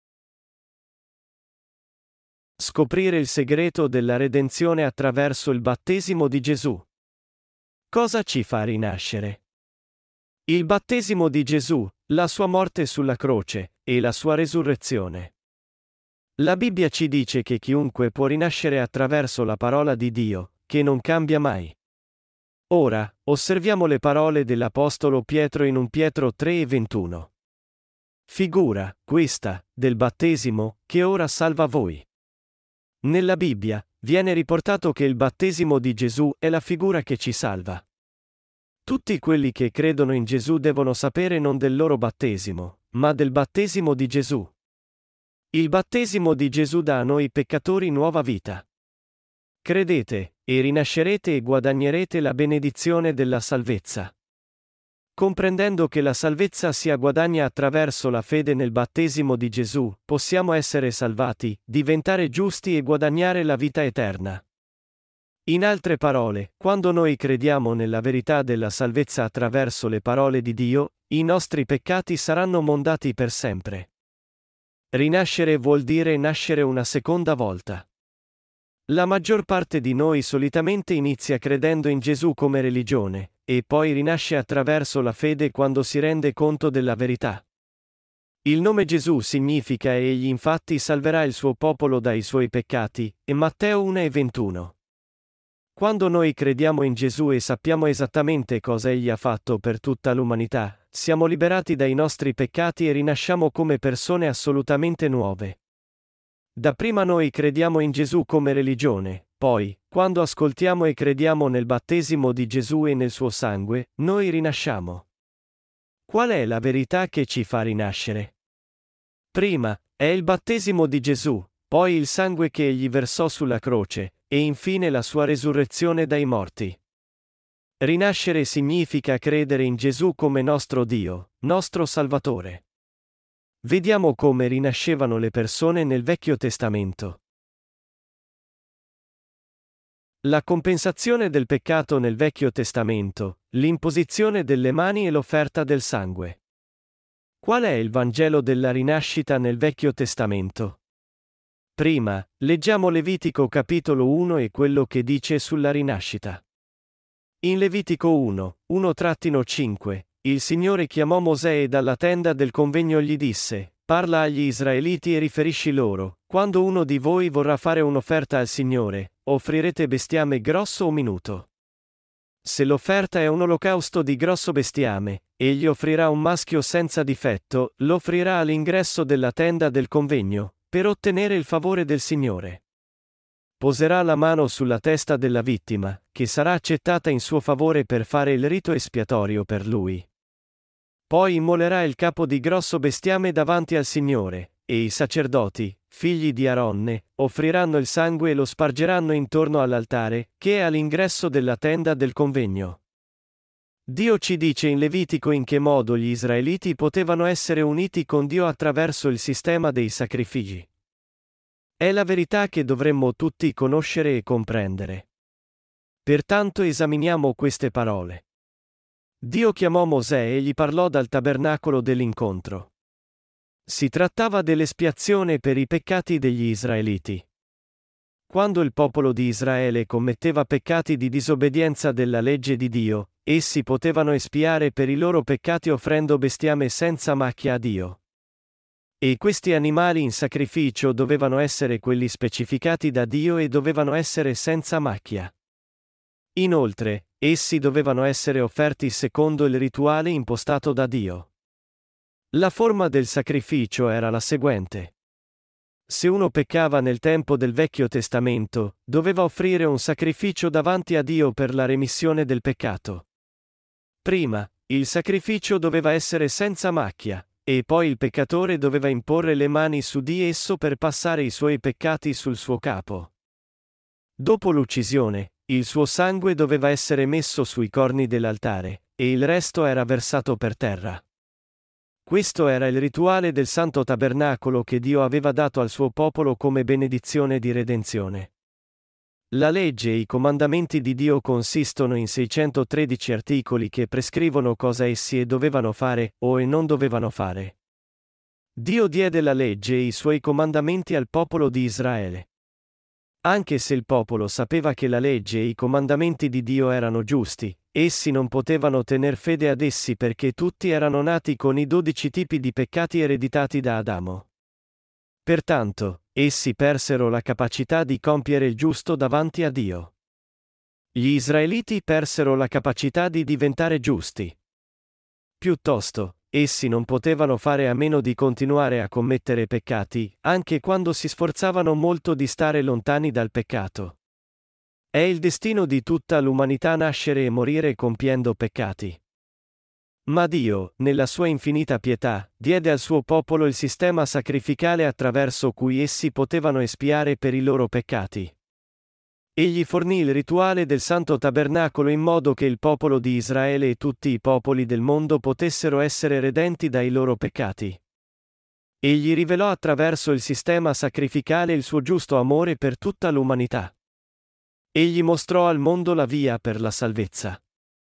Scoprire il segreto della redenzione attraverso il battesimo di Gesù. Cosa ci fa rinascere? Il battesimo di Gesù, la sua morte sulla croce, e la sua resurrezione. La Bibbia ci dice che chiunque può rinascere attraverso la parola di Dio, che non cambia mai. Ora, osserviamo le parole dell'Apostolo Pietro in un Pietro tre e ventuno. Figura, questa, del battesimo, che ora salva voi. Nella Bibbia, viene riportato che il battesimo di Gesù è la figura che ci salva. Tutti quelli che credono in Gesù devono sapere non del loro battesimo, ma del battesimo di Gesù. Il battesimo di Gesù dà a noi peccatori nuova vita. Credete, e rinascerete e guadagnerete la benedizione della salvezza. Comprendendo che la salvezza si guadagna attraverso la fede nel battesimo di Gesù, possiamo essere salvati, diventare giusti e guadagnare la vita eterna. In altre parole, quando noi crediamo nella verità della salvezza attraverso le parole di Dio, i nostri peccati saranno mondati per sempre. Rinascere vuol dire nascere una seconda volta. La maggior parte di noi solitamente inizia credendo in Gesù come religione, e poi rinasce attraverso la fede quando si rende conto della verità. Il nome Gesù significa egli infatti salverà il suo popolo dai suoi peccati, e Matteo uno e ventuno. Quando noi crediamo in Gesù e sappiamo esattamente cosa egli ha fatto per tutta l'umanità, siamo liberati dai nostri peccati e rinasciamo come persone assolutamente nuove. Dapprima noi crediamo in Gesù come religione, poi, quando ascoltiamo e crediamo nel battesimo di Gesù e nel suo sangue, noi rinasciamo. Qual è la verità che ci fa rinascere? Prima, è il battesimo di Gesù, poi il sangue che egli versò sulla croce, e infine la sua resurrezione dai morti. Rinascere significa credere in Gesù come nostro Dio, nostro Salvatore. Vediamo come rinascevano le persone nel Vecchio Testamento. La compensazione del peccato nel Vecchio Testamento, l'imposizione delle mani e l'offerta del sangue. Qual è il Vangelo della rinascita nel Vecchio Testamento? Prima, leggiamo Levitico capitolo uno e quello che dice sulla rinascita. In Levitico uno, uno cinque, il Signore chiamò Mosè e dalla tenda del convegno gli disse: parla agli Israeliti e riferisci loro, quando uno di voi vorrà fare un'offerta al Signore, offrirete bestiame grosso o minuto. Se l'offerta è un olocausto di grosso bestiame, egli offrirà un maschio senza difetto, lo offrirà all'ingresso della tenda del convegno, per ottenere il favore del Signore. poserà la mano sulla testa della vittima, che sarà accettata in suo favore per fare il rito espiatorio per lui. Poi immolerà il capo di grosso bestiame davanti al Signore, e i sacerdoti, figli di Aronne, offriranno il sangue e lo spargeranno intorno all'altare, che è all'ingresso della tenda del convegno. Dio ci dice in Levitico in che modo gli israeliti potevano essere uniti con Dio attraverso il sistema dei sacrifici. È la verità che dovremmo tutti conoscere e comprendere. Pertanto esaminiamo queste parole. Dio chiamò Mosè e gli parlò dal tabernacolo dell'incontro. Si trattava dell'espiazione per i peccati degli israeliti. Quando il popolo di Israele commetteva peccati di disobbedienza della legge di Dio, essi potevano espiare per i loro peccati offrendo bestiame senza macchia a Dio. E questi animali in sacrificio dovevano essere quelli specificati da Dio e dovevano essere senza macchia. Inoltre, essi dovevano essere offerti secondo il rituale impostato da Dio. La forma del sacrificio era la seguente. Se uno peccava nel tempo del Vecchio Testamento, doveva offrire un sacrificio davanti a Dio per la remissione del peccato. Prima, il sacrificio doveva essere senza macchia, e poi il peccatore doveva imporre le mani su di esso per passare i suoi peccati sul suo capo. Dopo l'uccisione, il suo sangue doveva essere messo sui corni dell'altare, e il resto era versato per terra. Questo era il rituale del Santo Tabernacolo che Dio aveva dato al suo popolo come benedizione di redenzione. La legge e i comandamenti di Dio consistono in seicentotredici articoli che prescrivono cosa essi dovevano fare o e non dovevano fare. Dio diede la legge e i suoi comandamenti al popolo di Israele. Anche se il popolo sapeva che la legge e i comandamenti di Dio erano giusti, essi non potevano tener fede ad essi perché tutti erano nati con i dodici tipi di peccati ereditati da Adamo. Pertanto, essi persero la capacità di compiere il giusto davanti a Dio. Gli israeliti persero la capacità di diventare giusti. Piuttosto, essi non potevano fare a meno di continuare a commettere peccati, anche quando si sforzavano molto di stare lontani dal peccato. È il destino di tutta l'umanità nascere e morire compiendo peccati. Ma Dio, nella sua infinita pietà, diede al suo popolo il sistema sacrificale attraverso cui essi potevano espiare per i loro peccati. Egli fornì il rituale del Santo Tabernacolo in modo che il popolo di Israele e tutti i popoli del mondo potessero essere redenti dai loro peccati. Egli rivelò attraverso il sistema sacrificale il suo giusto amore per tutta l'umanità. Egli mostrò al mondo la via per la salvezza.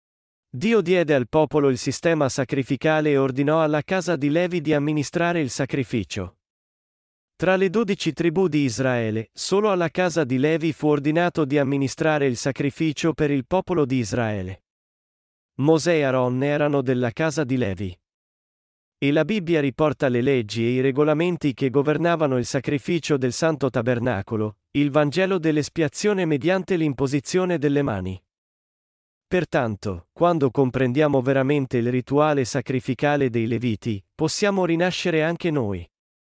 Dio diede al popolo il sistema sacrificale e ordinò alla casa di Levi di amministrare il sacrificio. Tra le dodici tribù di Israele, solo alla casa di Levi fu ordinato di amministrare il sacrificio per il popolo di Israele. Mosè e Aronne erano della casa di Levi. E la Bibbia riporta le leggi e i regolamenti che governavano il sacrificio del Santo Tabernacolo, il Vangelo dell'espiazione mediante l'imposizione delle mani. Pertanto, quando comprendiamo veramente il rituale sacrificale dei Leviti, possiamo rinascere anche noi.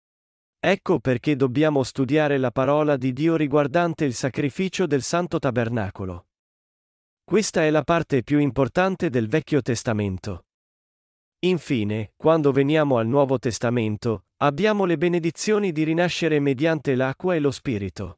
Ecco perché dobbiamo studiare la parola di Dio riguardante il sacrificio del Santo Tabernacolo. Questa è la parte più importante del Vecchio Testamento. Infine, quando veniamo al Nuovo Testamento, abbiamo le benedizioni di rinascere mediante l'acqua e lo Spirito.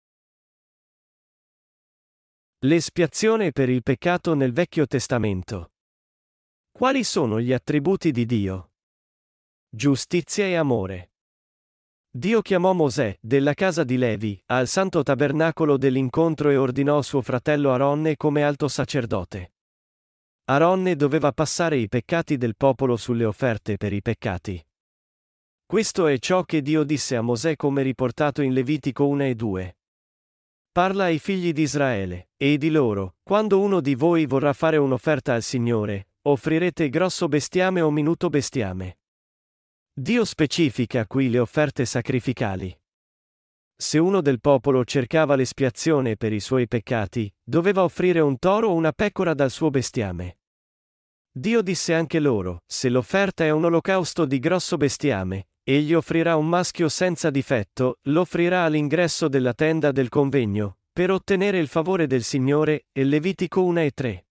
L'espiazione per il peccato nel Vecchio Testamento. Quali sono gli attributi di Dio? Giustizia e amore. Dio chiamò Mosè, della casa di Levi, al Santo Tabernacolo dell'incontro e ordinò suo fratello Aronne come alto sacerdote. Aronne doveva passare i peccati del popolo sulle offerte per i peccati. Questo è ciò che Dio disse a Mosè come riportato in Levitico uno e due. Parla ai figli di Israele, e di loro, quando uno di voi vorrà fare un'offerta al Signore, offrirete grosso bestiame o minuto bestiame. Dio specifica qui le offerte sacrificali. Se uno del popolo cercava l'espiazione per i suoi peccati, doveva offrire un toro o una pecora dal suo bestiame. Dio disse anche loro, se l'offerta è un olocausto di grosso bestiame, Egli offrirà un maschio senza difetto, lo offrirà all'ingresso della tenda del convegno, per ottenere il favore del Signore, e Levitico uno e tre.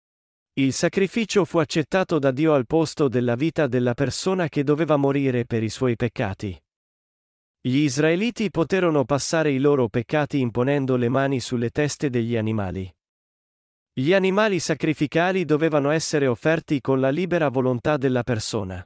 Il sacrificio fu accettato da Dio al posto della vita della persona che doveva morire per i suoi peccati. Gli israeliti poterono passare i loro peccati imponendo le mani sulle teste degli animali. Gli animali sacrificali dovevano essere offerti con la libera volontà della persona.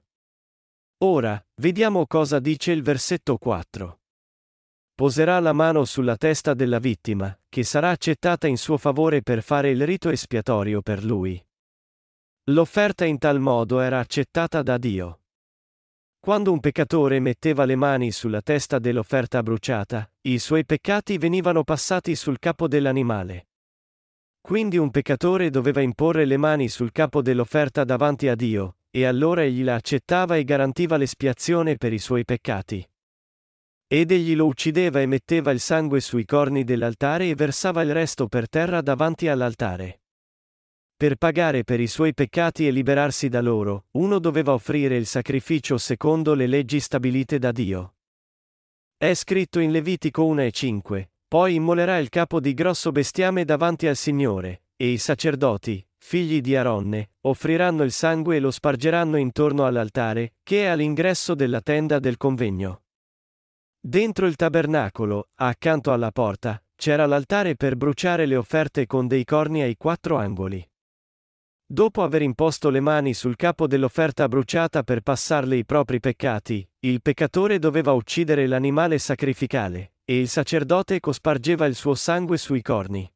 Ora, vediamo cosa dice il versetto quattro. Poserà la mano sulla testa della vittima, che sarà accettata in suo favore per fare il rito espiatorio per lui. L'offerta in tal modo era accettata da Dio. Quando un peccatore metteva le mani sulla testa dell'offerta bruciata, i suoi peccati venivano passati sul capo dell'animale. Quindi un peccatore doveva imporre le mani sul capo dell'offerta davanti a Dio, e allora egli la accettava e garantiva l'espiazione per i suoi peccati. Ed egli lo uccideva e metteva il sangue sui corni dell'altare e versava il resto per terra davanti all'altare. Per pagare per i suoi peccati e liberarsi da loro, uno doveva offrire il sacrificio secondo le leggi stabilite da Dio. È scritto in Levitico uno e cinque, poi immolerà il capo di grosso bestiame davanti al Signore, e i sacerdoti, figli di Aronne, offriranno il sangue e lo spargeranno intorno all'altare, che è all'ingresso della tenda del convegno. Dentro il tabernacolo, accanto alla porta, c'era l'altare per bruciare le offerte con dei corni ai quattro angoli. Dopo aver imposto le mani sul capo dell'offerta bruciata per passarle i propri peccati, il peccatore doveva uccidere l'animale sacrificale, e il sacerdote cospargeva il suo sangue sui corni.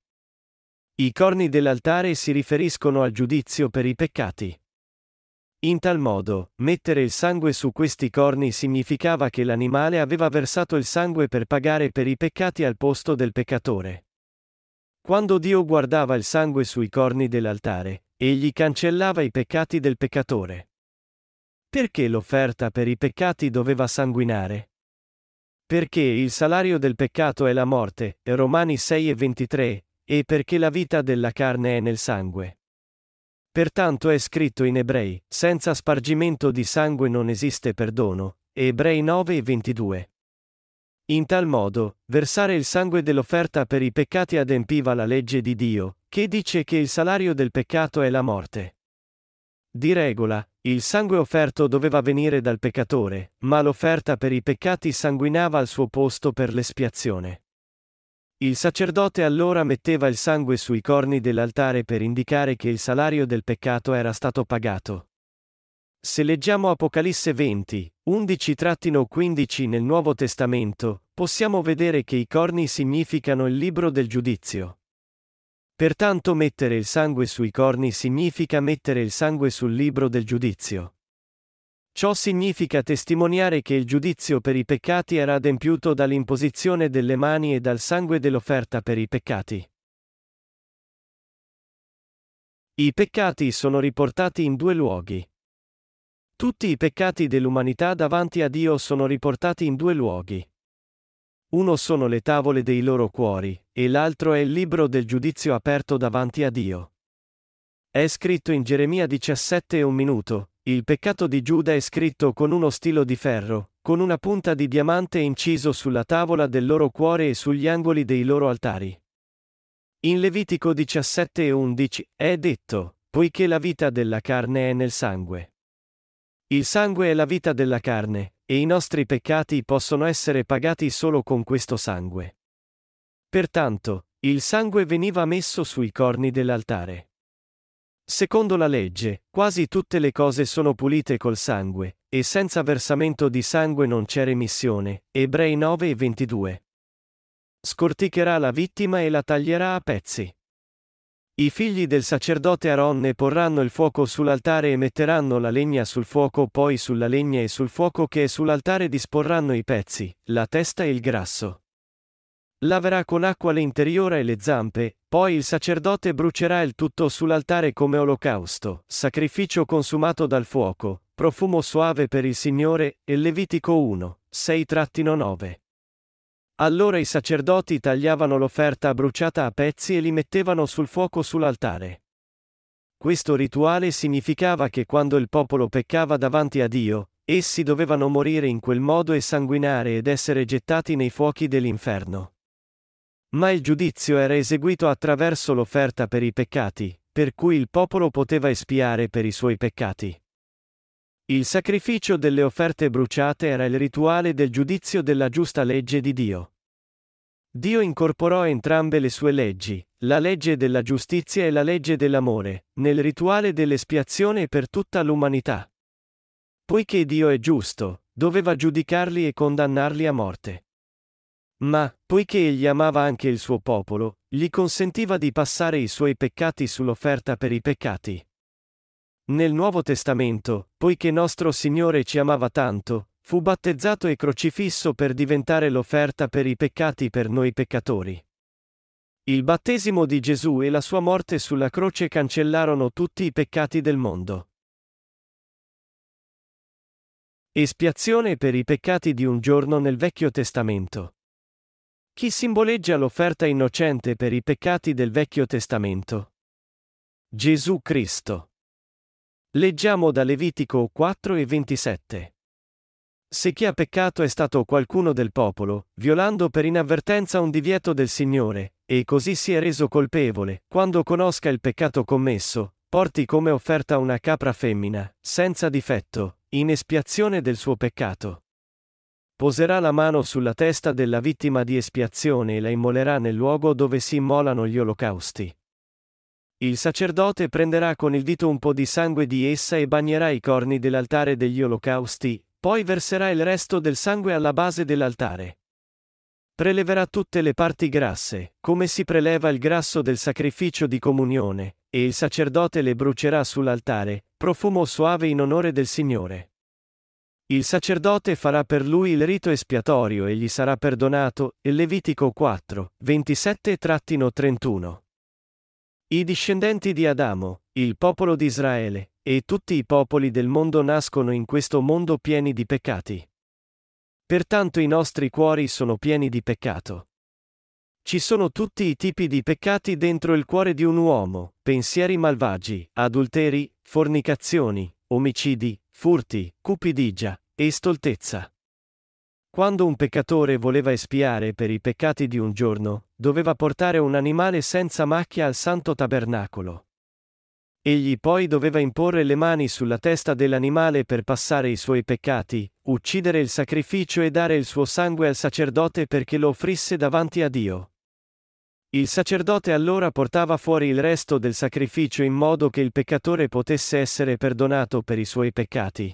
I corni dell'altare si riferiscono al giudizio per i peccati. In tal modo, mettere il sangue su questi corni significava che l'animale aveva versato il sangue per pagare per i peccati al posto del peccatore. Quando Dio guardava il sangue sui corni dell'altare, egli cancellava i peccati del peccatore. Perché l'offerta per i peccati doveva sanguinare? Perché il salario del peccato è la morte, Romani sei e ventitré, e perché la vita della carne è nel sangue. Pertanto è scritto in Ebrei, senza spargimento di sangue non esiste perdono, Ebrei nove e ventidue. In tal modo, versare il sangue dell'offerta per i peccati adempiva la legge di Dio, che dice che il salario del peccato è la morte. Di regola, il sangue offerto doveva venire dal peccatore, ma l'offerta per i peccati sanguinava al suo posto per l'espiazione. Il sacerdote allora metteva il sangue sui corni dell'altare per indicare che il salario del peccato era stato pagato. Se leggiamo Apocalisse venti, undici quindici nel Nuovo Testamento, possiamo vedere che i corni significano il libro del giudizio. Pertanto mettere il sangue sui corni significa mettere il sangue sul libro del giudizio. Ciò significa testimoniare che il giudizio per i peccati era adempiuto dall'imposizione delle mani e dal sangue dell'offerta per i peccati. I peccati sono riportati in due luoghi. Tutti i peccati dell'umanità davanti a Dio sono riportati in due luoghi. Uno sono le tavole dei loro cuori, e l'altro è il libro del giudizio aperto davanti a Dio. È scritto in Geremia diciassette e un minuto, il peccato di Giuda è scritto con uno stilo di ferro, con una punta di diamante inciso sulla tavola del loro cuore e sugli angoli dei loro altari. In Levitico diciassette e undici, è detto, poiché la vita della carne è nel sangue. Il sangue è la vita della carne, e i nostri peccati possono essere pagati solo con questo sangue. Pertanto, il sangue veniva messo sui corni dell'altare. Secondo la legge, quasi tutte le cose sono pulite col sangue, e senza versamento di sangue non c'è remissione, Ebrei nove e ventidue. Scorticherà la vittima e la taglierà a pezzi. I figli del sacerdote Aronne porranno il fuoco sull'altare e metteranno la legna sul fuoco, poi sulla legna e sul fuoco che è sull'altare disporranno i pezzi, la testa e il grasso. Laverà con acqua l'interiore e le zampe, poi il sacerdote brucerà il tutto sull'altare come olocausto, sacrificio consumato dal fuoco, profumo suave per il Signore, e Levitico uno, sei nove. Allora i sacerdoti tagliavano l'offerta bruciata a pezzi e li mettevano sul fuoco sull'altare. Questo rituale significava che quando il popolo peccava davanti a Dio, Essi dovevano morire in quel modo e sanguinare ed essere gettati nei fuochi dell'inferno. Ma il giudizio era eseguito attraverso l'offerta per i peccati, per cui il popolo poteva espiare per i suoi peccati. Il sacrificio delle offerte bruciate era il rituale del giudizio della giusta legge di Dio. Dio incorporò entrambe le sue leggi, la legge della giustizia e la legge dell'amore, nel rituale dell'espiazione per tutta l'umanità. Poiché Dio è giusto, doveva giudicarli e condannarli a morte. Ma, poiché egli amava anche il suo popolo, gli consentiva di passare i suoi peccati sull'offerta per i peccati. Nel Nuovo Testamento, poiché nostro Signore ci amava tanto, fu battezzato e crocifisso per diventare l'offerta per i peccati per noi peccatori. Il battesimo di Gesù e la sua morte sulla croce cancellarono tutti i peccati del mondo. Espiazione per i peccati di un giorno nel Vecchio Testamento. Chi simboleggia l'offerta innocente per i peccati del Vecchio Testamento? Gesù Cristo. Leggiamo da Levitico quattro e ventisette. Se chi ha peccato è stato qualcuno del popolo, violando per inavvertenza un divieto del Signore, e così si è reso colpevole, quando conosca il peccato commesso, porti come offerta una capra femmina, senza difetto, in espiazione del suo peccato. Poserà la mano sulla testa della vittima di espiazione e la immolerà nel luogo dove si immolano gli olocausti. Il sacerdote prenderà con il dito un po' di sangue di essa e bagnerà i corni dell'altare degli olocausti, poi verserà il resto del sangue alla base dell'altare. Preleverà tutte le parti grasse, come si preleva il grasso del sacrificio di comunione, e il sacerdote le brucerà sull'altare, profumo soave in onore del Signore. Il sacerdote farà per lui il rito espiatorio e gli sarà perdonato, Levitico quattro, ventisette trentuno. I discendenti di Adamo, il popolo di Israele, e tutti i popoli del mondo nascono in questo mondo pieni di peccati. Pertanto i nostri cuori sono pieni di peccato. Ci sono tutti i tipi di peccati dentro il cuore di un uomo: pensieri malvagi, adulteri, fornicazioni, omicidi, furti, cupidigia e stoltezza. Quando un peccatore voleva espiare per i peccati di un giorno, doveva portare un animale senza macchia al santo tabernacolo. Egli poi doveva imporre le mani sulla testa dell'animale per passare i suoi peccati, uccidere il sacrificio e dare il suo sangue al sacerdote perché lo offrisse davanti a Dio. Il sacerdote allora portava fuori il resto del sacrificio in modo che il peccatore potesse essere perdonato per i suoi peccati.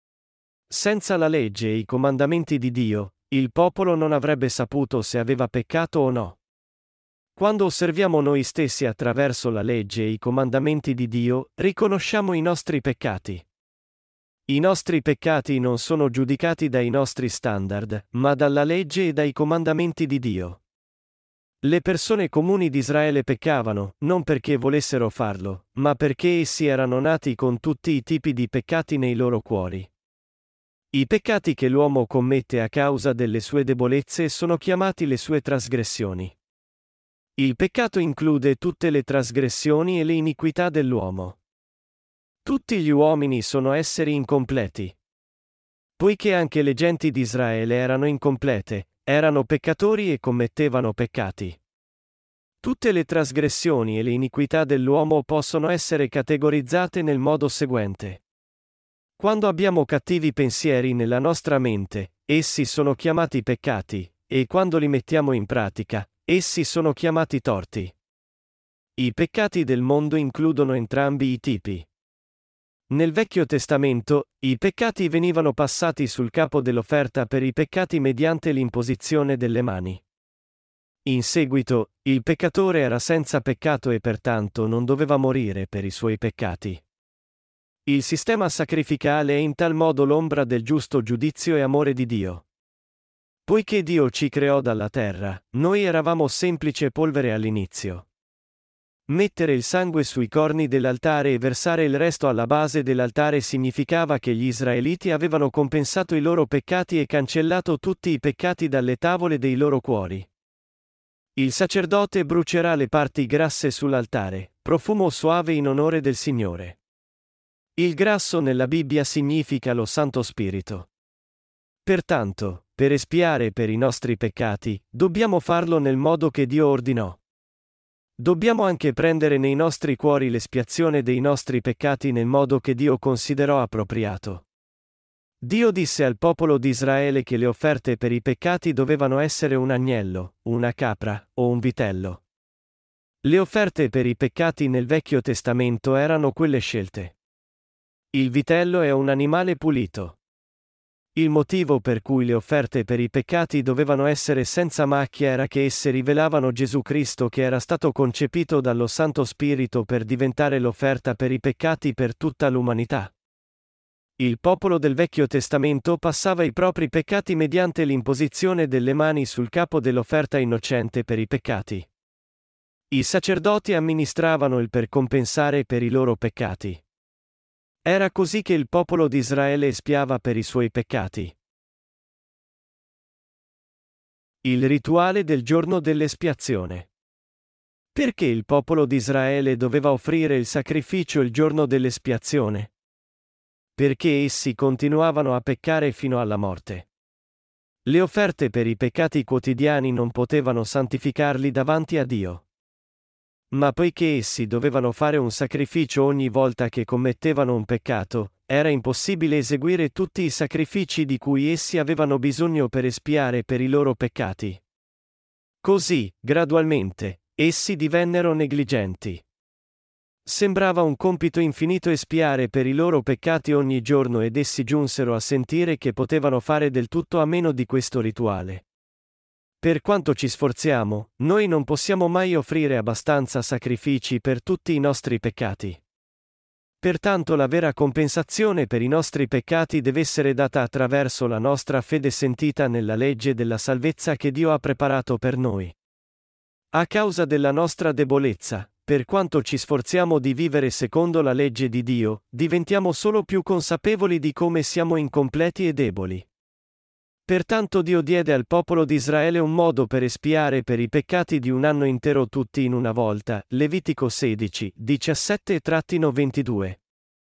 Senza la legge e i comandamenti di Dio, il popolo non avrebbe saputo se aveva peccato o no. Quando osserviamo noi stessi attraverso la legge e i comandamenti di Dio, riconosciamo i nostri peccati. I nostri peccati non sono giudicati dai nostri standard, ma dalla legge e dai comandamenti di Dio. Le persone comuni di Israele peccavano, non perché volessero farlo, ma perché essi erano nati con tutti i tipi di peccati nei loro cuori. I peccati che l'uomo commette a causa delle sue debolezze sono chiamati le sue trasgressioni. Il peccato include tutte le trasgressioni e le iniquità dell'uomo. Tutti gli uomini sono esseri incompleti. Poiché anche le genti di Israele erano incomplete, erano peccatori e commettevano peccati. Tutte le trasgressioni e le iniquità dell'uomo possono essere categorizzate nel modo seguente. Quando abbiamo cattivi pensieri nella nostra mente, essi sono chiamati peccati, e quando li mettiamo in pratica, essi sono chiamati torti. I peccati del mondo includono entrambi i tipi. Nel Vecchio Testamento, i peccati venivano passati sul capo dell'offerta per i peccati mediante l'imposizione delle mani. In seguito, il peccatore era senza peccato e pertanto non doveva morire per i suoi peccati. Il sistema sacrificale è in tal modo l'ombra del giusto giudizio e amore di Dio. Poiché Dio ci creò dalla terra, noi eravamo semplice polvere all'inizio. Mettere il sangue sui corni dell'altare e versare il resto alla base dell'altare significava che gli israeliti avevano compensato i loro peccati e cancellato tutti i peccati dalle tavole dei loro cuori. Il sacerdote brucerà le parti grasse sull'altare, profumo soave in onore del Signore. Il grasso nella Bibbia significa lo Santo Spirito. Pertanto, per espiare per i nostri peccati, dobbiamo farlo nel modo che Dio ordinò. Dobbiamo anche prendere nei nostri cuori l'espiazione dei nostri peccati nel modo che Dio considerò appropriato. Dio disse al popolo di Israele che le offerte per i peccati dovevano essere un agnello, una capra o un vitello. Le offerte per i peccati nel Vecchio Testamento erano quelle scelte. Il vitello è un animale pulito. Il motivo per cui le offerte per i peccati dovevano essere senza macchia era che esse rivelavano Gesù Cristo che era stato concepito dallo Santo Spirito per diventare l'offerta per i peccati per tutta l'umanità. Il popolo del Vecchio Testamento passava i propri peccati mediante l'imposizione delle mani sul capo dell'offerta innocente per i peccati. I sacerdoti amministravano il per compensare per i loro peccati. Era così che il popolo di Israele espiava per i suoi peccati. Il rituale del giorno dell'espiazione. Perché il popolo di Israele doveva offrire il sacrificio il giorno dell'espiazione? Perché essi continuavano a peccare fino alla morte. Le offerte per i peccati quotidiani non potevano santificarli davanti a Dio. Ma poiché essi dovevano fare un sacrificio ogni volta che commettevano un peccato, era impossibile eseguire tutti i sacrifici di cui essi avevano bisogno per espiare per i loro peccati. Così, gradualmente, essi divennero negligenti. Sembrava un compito infinito espiare per i loro peccati ogni giorno ed essi giunsero a sentire che potevano fare del tutto a meno di questo rituale. Per quanto ci sforziamo, noi non possiamo mai offrire abbastanza sacrifici per tutti i nostri peccati. Pertanto la vera compensazione per i nostri peccati deve essere data attraverso la nostra fede sentita nella legge della salvezza che Dio ha preparato per noi. A causa della nostra debolezza, per quanto ci sforziamo di vivere secondo la legge di Dio, diventiamo solo più consapevoli di come siamo incompleti e deboli. Pertanto Dio diede al popolo di Israele un modo per espiare per i peccati di un anno intero tutti in una volta, Levitico sedici, diciassette ventidue.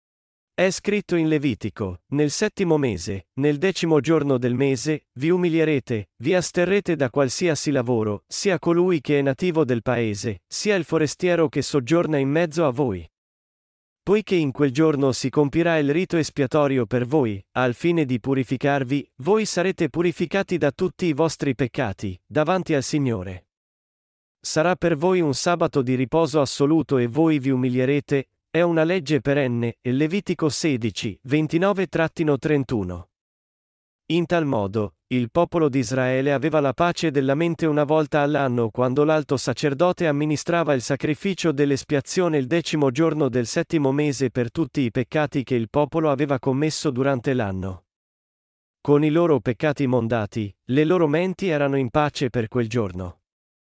È scritto in Levitico: nel settimo mese, nel decimo giorno del mese, vi umilierete, vi asterrete da qualsiasi lavoro, sia colui che è nativo del paese, sia il forestiero che soggiorna in mezzo a voi. Poiché in quel giorno si compirà il rito espiatorio per voi, al fine di purificarvi, voi sarete purificati da tutti i vostri peccati, davanti al Signore. Sarà per voi un sabato di riposo assoluto e voi vi umilierete, è una legge perenne, e Levitico sedici, ventinove trentuno. In tal modo, il popolo di Israele aveva la pace della mente una volta all'anno quando l'alto sacerdote amministrava il sacrificio dell'espiazione il decimo giorno del settimo mese per tutti i peccati che il popolo aveva commesso durante l'anno. Con i loro peccati mondati, le loro menti erano in pace per quel giorno.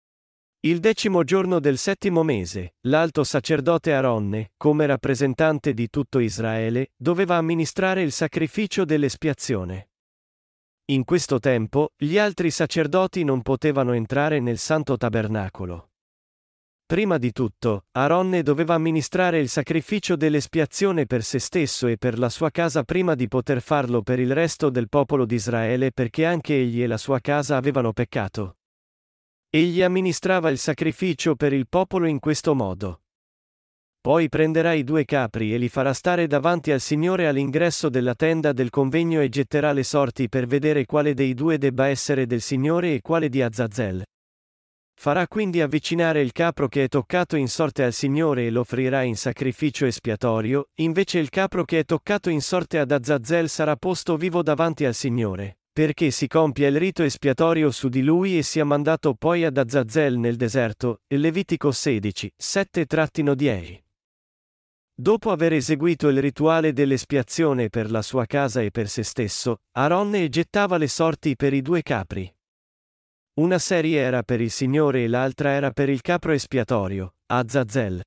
Il decimo giorno del settimo mese, l'alto sacerdote Aronne, come rappresentante di tutto Israele, doveva amministrare il sacrificio dell'espiazione. In questo tempo, gli altri sacerdoti non potevano entrare nel Santo Tabernacolo. Prima di tutto, Aronne doveva amministrare il sacrificio dell'espiazione per se stesso e per la sua casa prima di poter farlo per il resto del popolo di Israele perché anche egli e la sua casa avevano peccato. Egli amministrava il sacrificio per il popolo in questo modo. Poi prenderà i due capri e li farà stare davanti al Signore all'ingresso della tenda del convegno e getterà le sorti per vedere quale dei due debba essere del Signore e quale di Azazel. Farà quindi avvicinare il capro che è toccato in sorte al Signore e lo offrirà in sacrificio espiatorio, invece il capro che è toccato in sorte ad Azazel sarà posto vivo davanti al Signore, perché si compia il rito espiatorio su di lui e sia mandato poi ad Azazel nel deserto, Levitico sedici, sette dieci. Dopo aver eseguito il rituale dell'espiazione per la sua casa e per se stesso, Aronne gettava le sorti per i due capri. Una serie era per il Signore e l'altra era per il capro espiatorio, Azazel.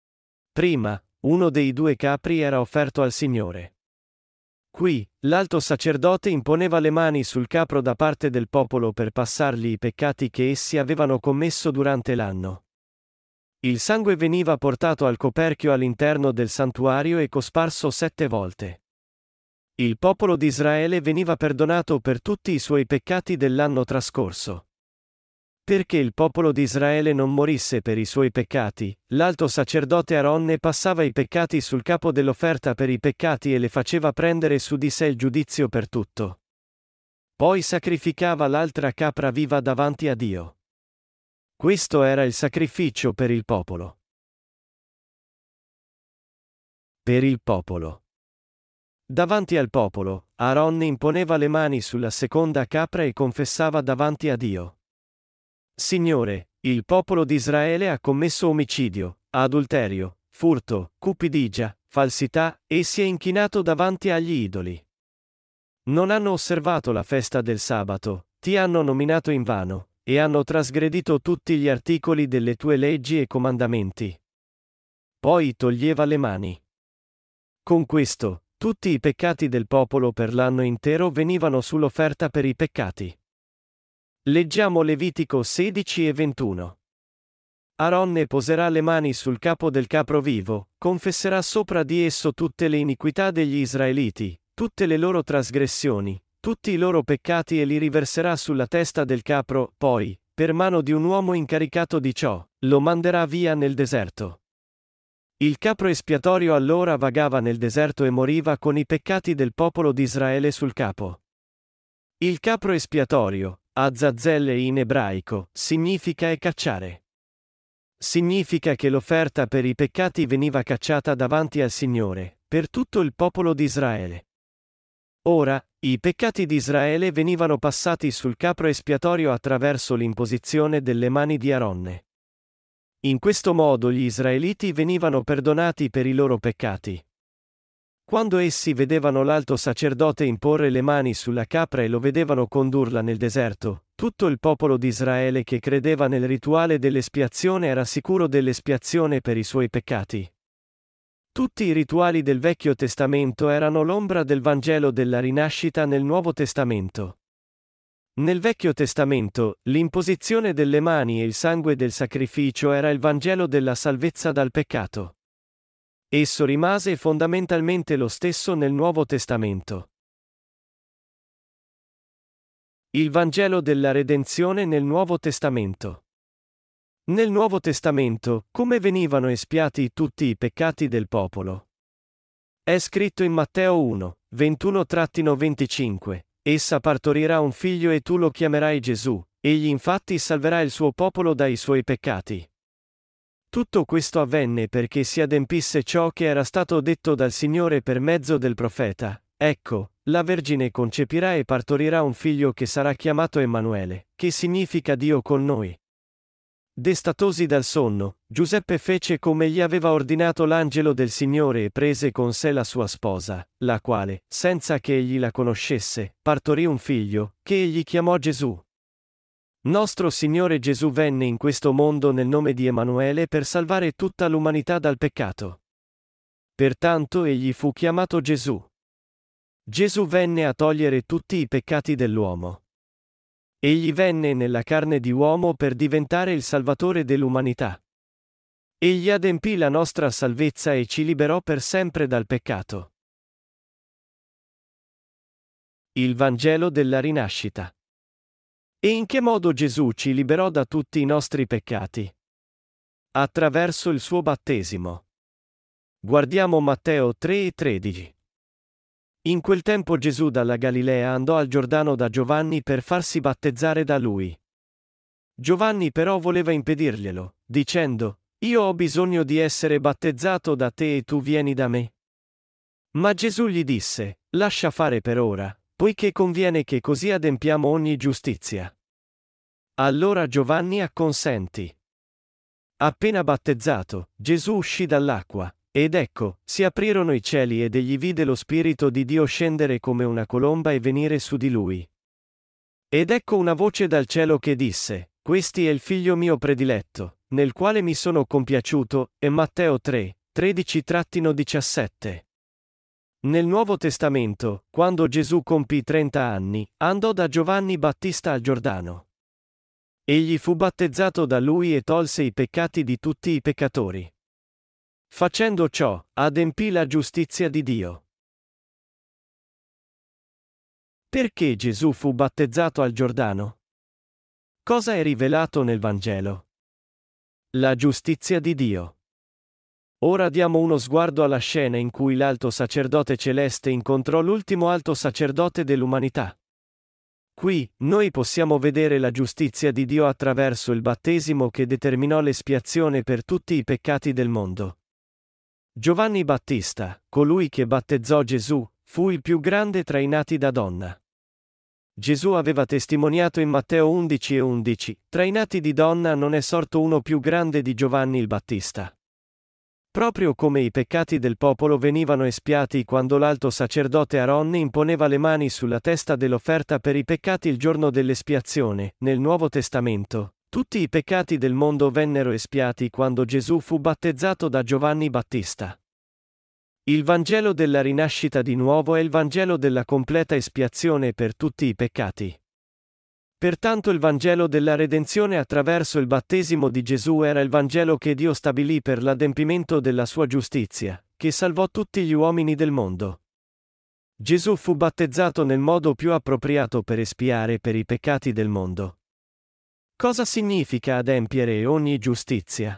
Prima, uno dei due capri era offerto al Signore. Qui, l'alto sacerdote imponeva le mani sul capro da parte del popolo per passargli i peccati che essi avevano commesso durante l'anno. Il sangue veniva portato al coperchio all'interno del santuario e cosparso sette volte. Il popolo di Israele veniva perdonato per tutti i suoi peccati dell'anno trascorso. Perché il popolo di Israele non morisse per i suoi peccati, l'alto sacerdote Aronne passava i peccati sul capo dell'offerta per i peccati e le faceva prendere su di sé il giudizio per tutto. Poi sacrificava l'altra capra viva davanti a Dio. Questo era il sacrificio per il popolo. Per il popolo. Davanti al popolo, Aronne imponeva le mani sulla seconda capra e confessava davanti a Dio: Signore, il popolo di Israele ha commesso omicidio, adulterio, furto, cupidigia, falsità, e si è inchinato davanti agli idoli. Non hanno osservato la festa del sabato, ti hanno nominato invano, e hanno trasgredito tutti gli articoli delle tue leggi e comandamenti. Poi toglieva le mani. Con questo, tutti i peccati del popolo per l'anno intero venivano sull'offerta per i peccati. Leggiamo Levitico sedici e ventuno. Aronne poserà le mani sul capo del capro vivo, confesserà sopra di esso tutte le iniquità degli israeliti, tutte le loro trasgressioni, tutti i loro peccati e li riverserà sulla testa del capro, poi, per mano di un uomo incaricato di ciò, lo manderà via nel deserto. Il capro espiatorio allora vagava nel deserto e moriva con i peccati del popolo di Israele sul capo. Il capro espiatorio, Azazel in ebraico, significa e cacciare. Significa che l'offerta per i peccati veniva cacciata davanti al Signore, per tutto il popolo di Israele. Ora, i peccati di Israele venivano passati sul capro espiatorio attraverso l'imposizione delle mani di Aronne. In questo modo gli israeliti venivano perdonati per i loro peccati. Quando essi vedevano l'alto sacerdote imporre le mani sulla capra e lo vedevano condurla nel deserto, tutto il popolo di Israele che credeva nel rituale dell'espiazione era sicuro dell'espiazione per i suoi peccati. Tutti i rituali del Vecchio Testamento erano l'ombra del Vangelo della rinascita nel Nuovo Testamento. Nel Vecchio Testamento, l'imposizione delle mani e il sangue del sacrificio era il Vangelo della salvezza dal peccato. Esso rimase fondamentalmente lo stesso nel Nuovo Testamento. Il Vangelo della redenzione nel Nuovo Testamento. Nel Nuovo Testamento, come venivano espiati tutti i peccati del popolo? È scritto in Matteo uno, ventuno venticinque, essa partorirà un figlio e tu lo chiamerai Gesù, egli infatti salverà il suo popolo dai suoi peccati. Tutto questo avvenne perché si adempisse ciò che era stato detto dal Signore per mezzo del profeta: ecco, la Vergine concepirà e partorirà un figlio che sarà chiamato Emanuele, che significa Dio con noi. Destatosi dal sonno, Giuseppe fece come gli aveva ordinato l'angelo del Signore e prese con sé la sua sposa, la quale, senza che egli la conoscesse, partorì un figlio, che egli chiamò Gesù. Nostro Signore Gesù venne in questo mondo nel nome di Emanuele per salvare tutta l'umanità dal peccato. Pertanto egli fu chiamato Gesù. Gesù venne a togliere tutti i peccati dell'uomo. Egli venne nella carne di uomo per diventare il Salvatore dell'umanità. Egli adempì la nostra salvezza e ci liberò per sempre dal peccato. Il Vangelo della rinascita. E in che modo Gesù ci liberò da tutti i nostri peccati? Attraverso il suo battesimo. Guardiamo Matteo tre e tredici. In quel tempo Gesù dalla Galilea andò al Giordano da Giovanni per farsi battezzare da lui. Giovanni però voleva impedirglielo, dicendo: Io ho bisogno di essere battezzato da te e tu vieni da me. Ma Gesù gli disse: Lascia fare per ora, poiché conviene che così adempiamo ogni giustizia. Allora Giovanni acconsentì. Appena battezzato, Gesù uscì dall'acqua. Ed ecco, si aprirono i cieli ed egli vide lo Spirito di Dio scendere come una colomba e venire su di lui. Ed ecco una voce dal cielo che disse: Questi è il figlio mio prediletto, nel quale mi sono compiaciuto, e Matteo tre, tredici diciassette. Nel Nuovo Testamento, quando Gesù compì trenta anni, andò da Giovanni Battista al Giordano. Egli fu battezzato da lui e tolse i peccati di tutti i peccatori. Facendo ciò, adempì la giustizia di Dio. Perché Gesù fu battezzato al Giordano? Cosa è rivelato nel Vangelo? La giustizia di Dio. Ora diamo uno sguardo alla scena in cui l'alto sacerdote celeste incontrò l'ultimo alto sacerdote dell'umanità. Qui, noi possiamo vedere la giustizia di Dio attraverso il battesimo che determinò l'espiazione per tutti i peccati del mondo. Giovanni Battista, colui che battezzò Gesù, fu il più grande tra i nati da donna. Gesù aveva testimoniato in Matteo undici e undici, tra i nati di donna non è sorto uno più grande di Giovanni il Battista. Proprio come i peccati del popolo venivano espiati quando l'alto sacerdote Aronne imponeva le mani sulla testa dell'offerta per i peccati il giorno dell'espiazione, nel Nuovo Testamento, tutti i peccati del mondo vennero espiati quando Gesù fu battezzato da Giovanni Battista. Il Vangelo della rinascita di nuovo è il Vangelo della completa espiazione per tutti i peccati. Pertanto il Vangelo della redenzione attraverso il battesimo di Gesù era il Vangelo che Dio stabilì per l'adempimento della sua giustizia, che salvò tutti gli uomini del mondo. Gesù fu battezzato nel modo più appropriato per espiare per i peccati del mondo. Cosa significa adempiere ogni giustizia?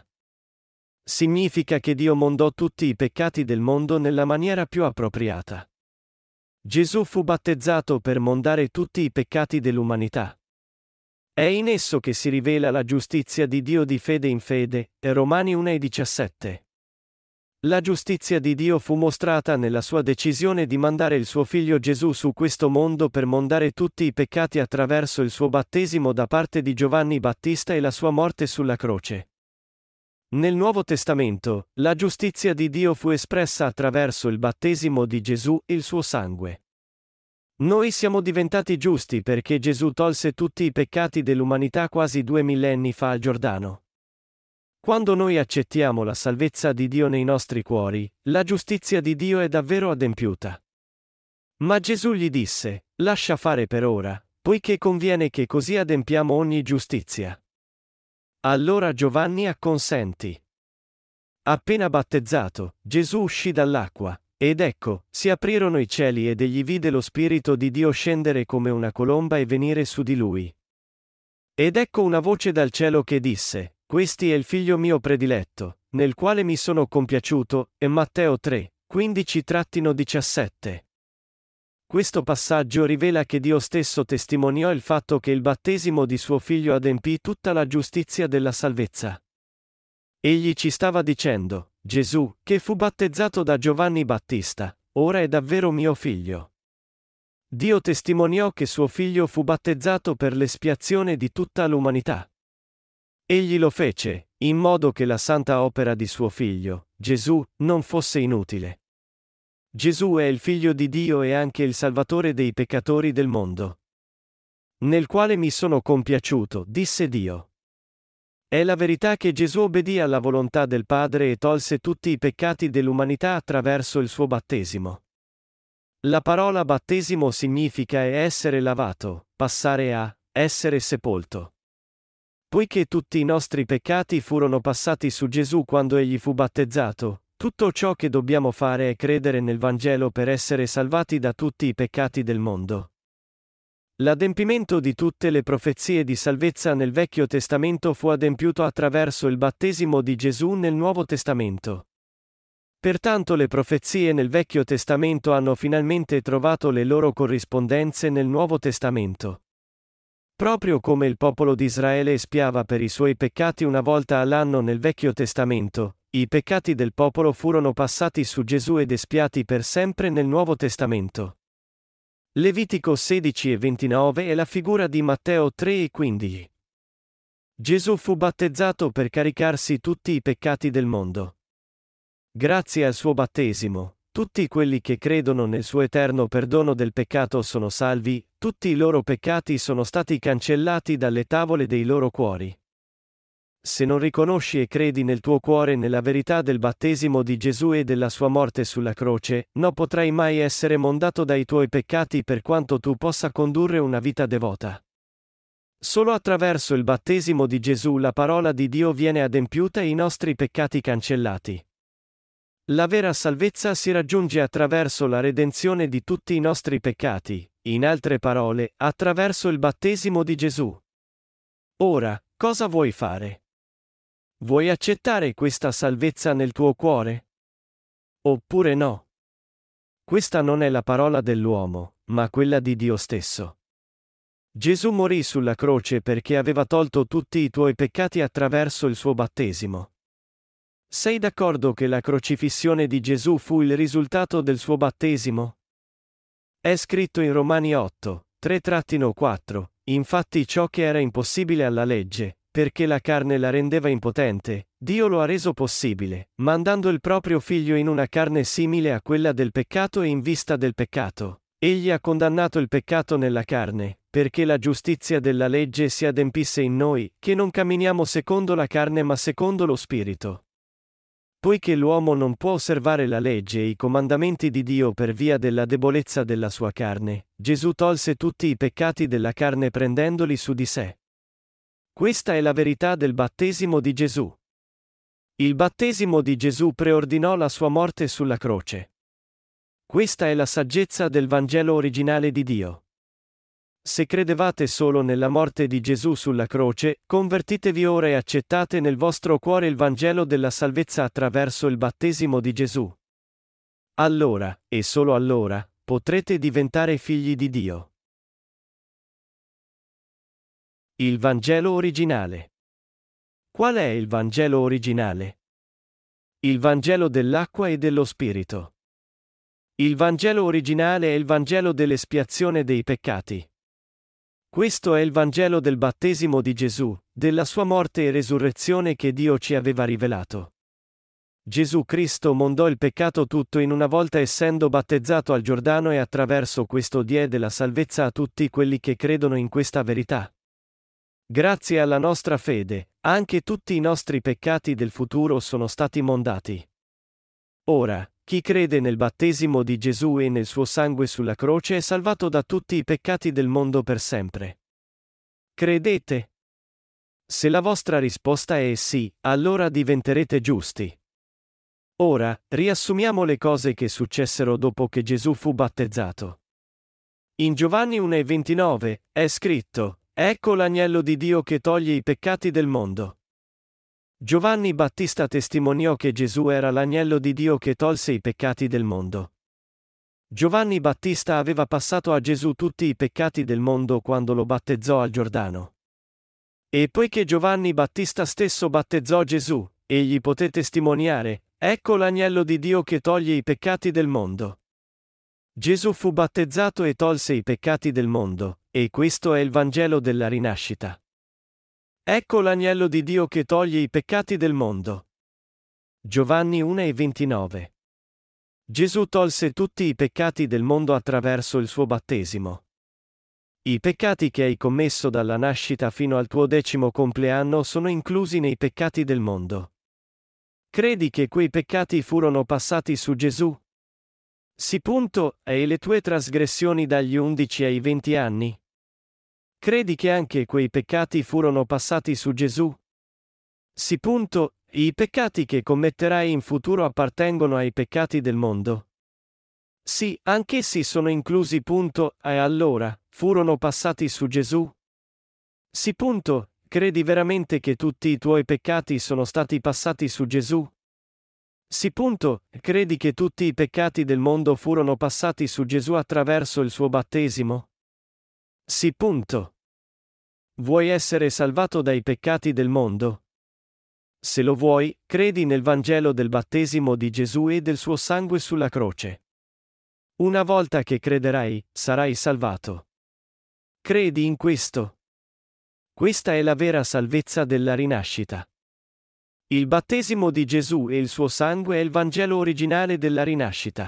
Significa che Dio mondò tutti i peccati del mondo nella maniera più appropriata. Gesù fu battezzato per mondare tutti i peccati dell'umanità. È in esso che si rivela la giustizia di Dio di fede in fede, Romani uno e diciassette. La giustizia di Dio fu mostrata nella sua decisione di mandare il suo figlio Gesù su questo mondo per mondare tutti i peccati attraverso il suo battesimo da parte di Giovanni Battista e la sua morte sulla croce. Nel Nuovo Testamento, la giustizia di Dio fu espressa attraverso il battesimo di Gesù e il suo sangue. Noi siamo diventati giusti perché Gesù tolse tutti i peccati dell'umanità quasi due millenni fa al Giordano. Quando noi accettiamo la salvezza di Dio nei nostri cuori, la giustizia di Dio è davvero adempiuta. Ma Gesù gli disse: lascia fare per ora, poiché conviene che così adempiamo ogni giustizia. Allora Giovanni acconsentì. Appena battezzato, Gesù uscì dall'acqua, ed ecco, si aprirono i cieli ed egli vide lo Spirito di Dio scendere come una colomba e venire su di lui. Ed ecco una voce dal cielo che disse: Questi è il figlio mio prediletto, nel quale mi sono compiaciuto, e Matteo tre, quindici diciassette. Questo passaggio rivela che Dio stesso testimoniò il fatto che il battesimo di suo figlio adempì tutta la giustizia della salvezza. Egli ci stava dicendo: Gesù, che fu battezzato da Giovanni Battista, ora è davvero mio figlio. Dio testimoniò che suo figlio fu battezzato per l'espiazione di tutta l'umanità. Egli lo fece, in modo che la santa opera di suo figlio, Gesù, non fosse inutile. Gesù è il figlio di Dio e anche il salvatore dei peccatori del mondo. Nel quale mi sono compiaciuto, disse Dio. È la verità che Gesù obbedì alla volontà del Padre e tolse tutti i peccati dell'umanità attraverso il suo battesimo. La parola battesimo significa essere lavato, passare a essere sepolto. Poiché tutti i nostri peccati furono passati su Gesù quando egli fu battezzato, tutto ciò che dobbiamo fare è credere nel Vangelo per essere salvati da tutti i peccati del mondo. L'adempimento di tutte le profezie di salvezza nel Vecchio Testamento fu adempiuto attraverso il battesimo di Gesù nel Nuovo Testamento. Pertanto le profezie nel Vecchio Testamento hanno finalmente trovato le loro corrispondenze nel Nuovo Testamento. Proprio come il popolo di Israele espiava per i suoi peccati una volta all'anno nel Vecchio Testamento, i peccati del popolo furono passati su Gesù ed espiati per sempre nel Nuovo Testamento. Levitico sedici e ventinove è la figura di Matteo tre e quindici. Gesù fu battezzato per caricarsi tutti i peccati del mondo. Grazie al suo battesimo, tutti quelli che credono nel suo eterno perdono del peccato sono salvi, tutti i loro peccati sono stati cancellati dalle tavole dei loro cuori. Se non riconosci e credi nel tuo cuore nella verità del battesimo di Gesù e della sua morte sulla croce, non potrai mai essere mondato dai tuoi peccati per quanto tu possa condurre una vita devota. Solo attraverso il battesimo di Gesù la parola di Dio viene adempiuta e i nostri peccati cancellati. La vera salvezza si raggiunge attraverso la redenzione di tutti i nostri peccati, in altre parole, attraverso il battesimo di Gesù. Ora, cosa vuoi fare? Vuoi accettare questa salvezza nel tuo cuore? Oppure no? Questa non è la parola dell'uomo, ma quella di Dio stesso. Gesù morì sulla croce perché aveva tolto tutti i tuoi peccati attraverso il suo battesimo. Sei d'accordo che la crocifissione di Gesù fu il risultato del suo battesimo? È scritto in Romani otto, tre quattro, infatti ciò che era impossibile alla legge, perché la carne la rendeva impotente, Dio lo ha reso possibile, mandando il proprio figlio in una carne simile a quella del peccato e in vista del peccato. Egli ha condannato il peccato nella carne, perché la giustizia della legge si adempisse in noi, che non camminiamo secondo la carne ma secondo lo Spirito. Poiché l'uomo non può osservare la legge e i comandamenti di Dio per via della debolezza della sua carne, Gesù tolse tutti i peccati della carne prendendoli su di sé. Questa è la verità del battesimo di Gesù. Il battesimo di Gesù preordinò la sua morte sulla croce. Questa è la saggezza del Vangelo originale di Dio. Se credevate solo nella morte di Gesù sulla croce, convertitevi ora e accettate nel vostro cuore il Vangelo della salvezza attraverso il battesimo di Gesù. Allora, e solo allora, potrete diventare figli di Dio. Il Vangelo originale. Qual è il Vangelo originale? Il Vangelo dell'acqua e dello Spirito. Il Vangelo originale è il Vangelo dell'espiazione dei peccati. Questo è il Vangelo del battesimo di Gesù, della sua morte e resurrezione che Dio ci aveva rivelato. Gesù Cristo mondò il peccato tutto in una volta essendo battezzato al Giordano e attraverso questo diede la salvezza a tutti quelli che credono in questa verità. Grazie alla nostra fede, anche tutti i nostri peccati del futuro sono stati mondati. Ora, chi crede nel battesimo di Gesù e nel suo sangue sulla croce è salvato da tutti i peccati del mondo per sempre. Credete? Se la vostra risposta è sì, allora diventerete giusti. Ora, riassumiamo le cose che successero dopo che Gesù fu battezzato. In Giovanni uno e ventinove, è scritto, «Ecco l'agnello di Dio che toglie i peccati del mondo». Giovanni Battista testimoniò che Gesù era l'agnello di Dio che tolse i peccati del mondo. Giovanni Battista aveva passato a Gesù tutti i peccati del mondo quando lo battezzò al Giordano. E poiché Giovanni Battista stesso battezzò Gesù, egli poté testimoniare, «Ecco l'agnello di Dio che toglie i peccati del mondo». Gesù fu battezzato e tolse i peccati del mondo, e questo è il Vangelo della rinascita. Ecco l'agnello di Dio che toglie i peccati del mondo. Giovanni uno e ventinove. Gesù tolse tutti i peccati del mondo attraverso il suo battesimo. I peccati che hai commesso dalla nascita fino al tuo decimo compleanno sono inclusi nei peccati del mondo. Credi che quei peccati furono passati su Gesù? Sì punto, e le tue trasgressioni dagli undici ai venti anni? Credi che anche quei peccati furono passati su Gesù? Sì punto, i peccati che commetterai in futuro appartengono ai peccati del mondo? Sì, anch'essi sono inclusi punto, e allora, furono passati su Gesù? Sì punto, credi veramente che tutti i tuoi peccati sono stati passati su Gesù? Sì punto, credi che tutti i peccati del mondo furono passati su Gesù attraverso il suo battesimo? Sì punto. Vuoi essere salvato dai peccati del mondo? Se lo vuoi, credi nel Vangelo del battesimo di Gesù e del suo sangue sulla croce. Una volta che crederai, sarai salvato. Credi in questo? Questa è la vera salvezza della rinascita. Il battesimo di Gesù e il suo sangue è il Vangelo originale della rinascita.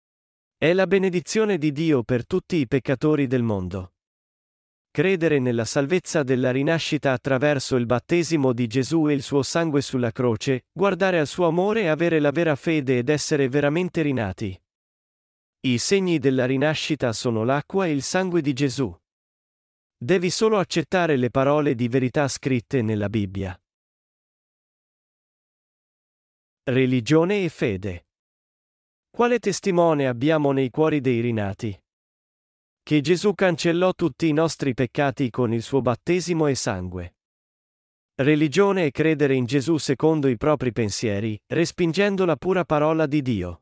È la benedizione di Dio per tutti i peccatori del mondo. Credere nella salvezza della rinascita attraverso il battesimo di Gesù e il suo sangue sulla croce, guardare al suo amore e avere la vera fede ed essere veramente rinati. I segni della rinascita sono l'acqua e il sangue di Gesù. Devi solo accettare le parole di verità scritte nella Bibbia. Religione e fede. Quale testimone abbiamo nei cuori dei rinati? Che Gesù cancellò tutti i nostri peccati con il suo battesimo e sangue. Religione è credere in Gesù secondo i propri pensieri, respingendo la pura parola di Dio.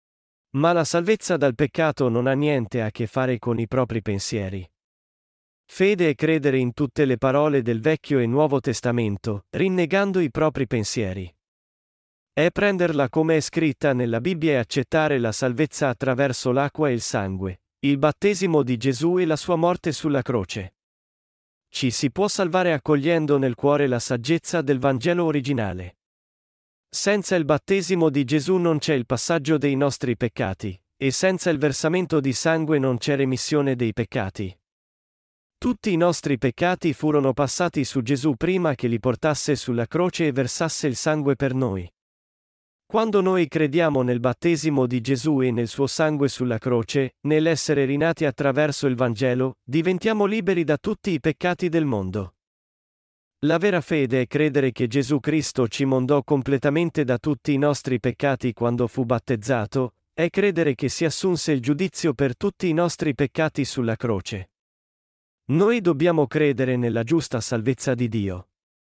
Ma la salvezza dal peccato non ha niente a che fare con i propri pensieri. Fede è credere in tutte le parole del Vecchio e Nuovo Testamento, rinnegando i propri pensieri. È prenderla come è scritta nella Bibbia e accettare la salvezza attraverso l'acqua e il sangue, il battesimo di Gesù e la sua morte sulla croce. Ci si può salvare accogliendo nel cuore la saggezza del Vangelo originale. Senza il battesimo di Gesù non c'è il passaggio dei nostri peccati, e senza il versamento di sangue non c'è remissione dei peccati. Tutti i nostri peccati furono passati su Gesù prima che li portasse sulla croce e versasse il sangue per noi. Quando noi crediamo nel battesimo di Gesù e nel suo sangue sulla croce, nell'essere rinati attraverso il Vangelo, diventiamo liberi da tutti i peccati del mondo. La vera fede è credere che Gesù Cristo ci mondò completamente da tutti i nostri peccati quando fu battezzato, è credere che si assunse il giudizio per tutti i nostri peccati sulla croce. Noi dobbiamo credere nella giusta salvezza di Dio.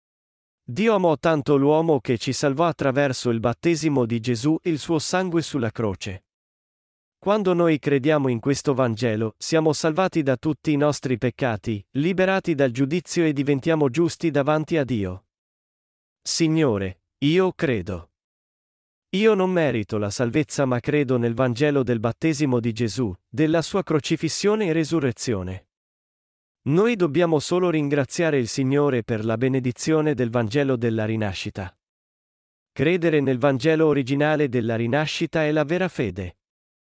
Dio amò tanto l'uomo che ci salvò attraverso il battesimo di Gesù e il suo sangue sulla croce. Quando noi crediamo in questo Vangelo, siamo salvati da tutti i nostri peccati, liberati dal giudizio e diventiamo giusti davanti a Dio. Signore, io credo. Io non merito la salvezza ma credo nel Vangelo del battesimo di Gesù, della sua crocifissione e resurrezione. Noi dobbiamo solo ringraziare il Signore per la benedizione del Vangelo della rinascita. Credere nel Vangelo originale della rinascita è la vera fede.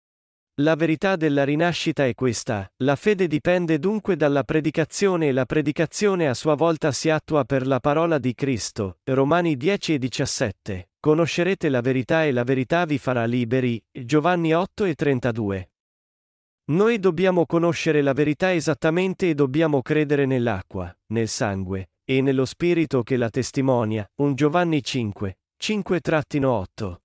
La verità della rinascita è questa: la fede dipende dunque dalla predicazione e la predicazione a sua volta si attua per la parola di Cristo. Romani dieci e diciassette. Conoscerete la verità e la verità vi farà liberi. Giovanni otto e trentadue. Noi dobbiamo conoscere la verità esattamente e dobbiamo credere nell'acqua, nel sangue, e nello Spirito che la testimonia. primo Giovanni cinque, cinque otto.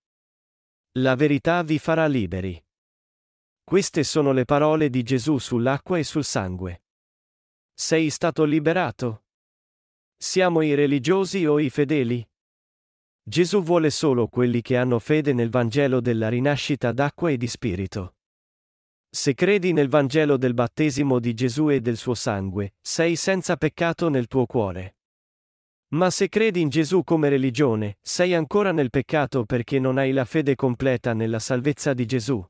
La verità vi farà liberi. Queste sono le parole di Gesù sull'acqua e sul sangue. Sei stato liberato? Siamo i religiosi o i fedeli? Gesù vuole solo quelli che hanno fede nel Vangelo della rinascita d'acqua e di Spirito. Se credi nel Vangelo del battesimo di Gesù e del suo sangue, sei senza peccato nel tuo cuore. Ma se credi in Gesù come religione, sei ancora nel peccato perché non hai la fede completa nella salvezza di Gesù.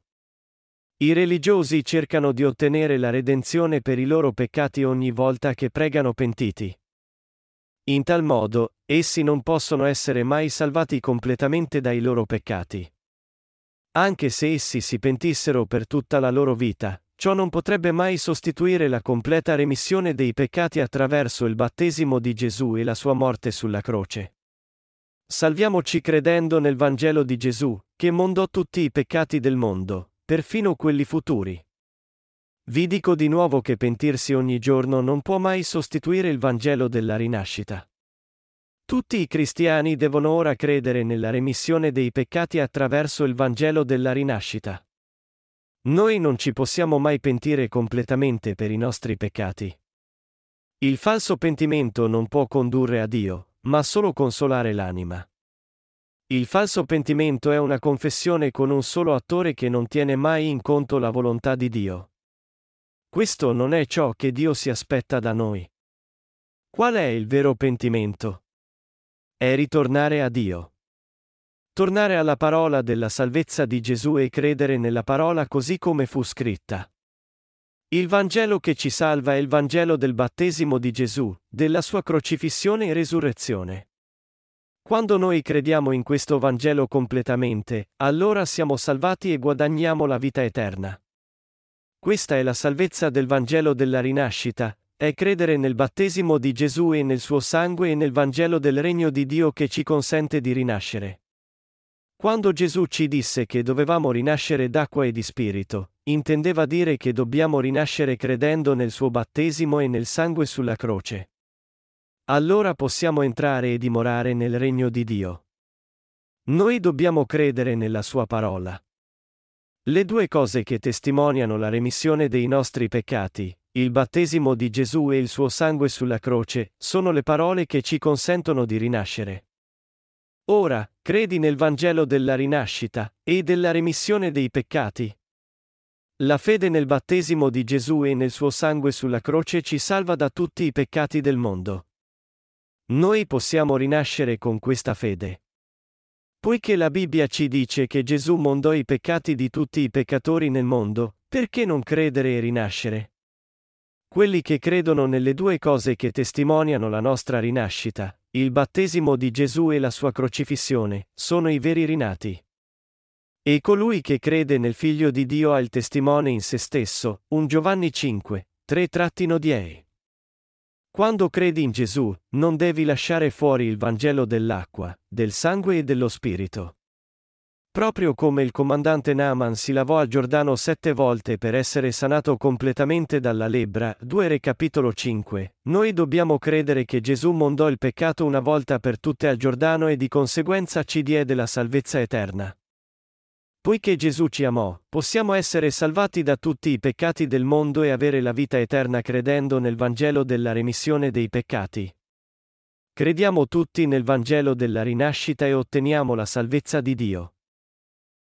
I religiosi cercano di ottenere la redenzione per i loro peccati ogni volta che pregano pentiti. In tal modo, essi non possono essere mai salvati completamente dai loro peccati. Anche se essi si pentissero per tutta la loro vita, ciò non potrebbe mai sostituire la completa remissione dei peccati attraverso il battesimo di Gesù e la sua morte sulla croce. Salviamoci credendo nel Vangelo di Gesù, che mondò tutti i peccati del mondo, perfino quelli futuri. Vi dico di nuovo che pentirsi ogni giorno non può mai sostituire il Vangelo della rinascita. Tutti i cristiani devono ora credere nella remissione dei peccati attraverso il Vangelo della rinascita. Noi non ci possiamo mai pentire completamente per i nostri peccati. Il falso pentimento non può condurre a Dio, ma solo consolare l'anima. Il falso pentimento è una confessione con un solo attore che non tiene mai in conto la volontà di Dio. Questo non è ciò che Dio si aspetta da noi. Qual è il vero pentimento? È ritornare a Dio. Tornare alla parola della salvezza di Gesù e credere nella parola così come fu scritta. Il Vangelo che ci salva è il Vangelo del battesimo di Gesù, della sua crocifissione e resurrezione. Quando noi crediamo in questo Vangelo completamente, allora siamo salvati e guadagniamo la vita eterna. Questa è la salvezza del Vangelo della rinascita. È credere nel battesimo di Gesù e nel suo sangue e nel Vangelo del Regno di Dio che ci consente di rinascere. Quando Gesù ci disse che dovevamo rinascere d'acqua e di spirito, intendeva dire che dobbiamo rinascere credendo nel suo battesimo e nel sangue sulla croce. Allora possiamo entrare e dimorare nel regno di Dio. Noi dobbiamo credere nella sua parola. Le due cose che testimoniano la remissione dei nostri peccati, il battesimo di Gesù e il suo sangue sulla croce, sono le parole che ci consentono di rinascere. Ora, credi nel Vangelo della rinascita e della remissione dei peccati? La fede nel battesimo di Gesù e nel suo sangue sulla croce ci salva da tutti i peccati del mondo. Noi possiamo rinascere con questa fede. Poiché la Bibbia ci dice che Gesù mondò i peccati di tutti i peccatori nel mondo, perché non credere e rinascere? Quelli che credono nelle due cose che testimoniano la nostra rinascita, il battesimo di Gesù e la sua crocifissione, sono i veri rinati. E colui che crede nel Figlio di Dio ha il testimone in se stesso, primo Giovanni cinque, tre dieci. Quando credi in Gesù, non devi lasciare fuori il Vangelo dell'acqua, del sangue e dello Spirito. Proprio come il comandante Naaman si lavò al Giordano sette volte per essere sanato completamente dalla lebbra, due Re capitolo cinque, noi dobbiamo credere che Gesù mondò il peccato una volta per tutte al Giordano e di conseguenza ci diede la salvezza eterna. Poiché Gesù ci amò, possiamo essere salvati da tutti i peccati del mondo e avere la vita eterna credendo nel Vangelo della remissione dei peccati. Crediamo tutti nel Vangelo della rinascita e otteniamo la salvezza di Dio.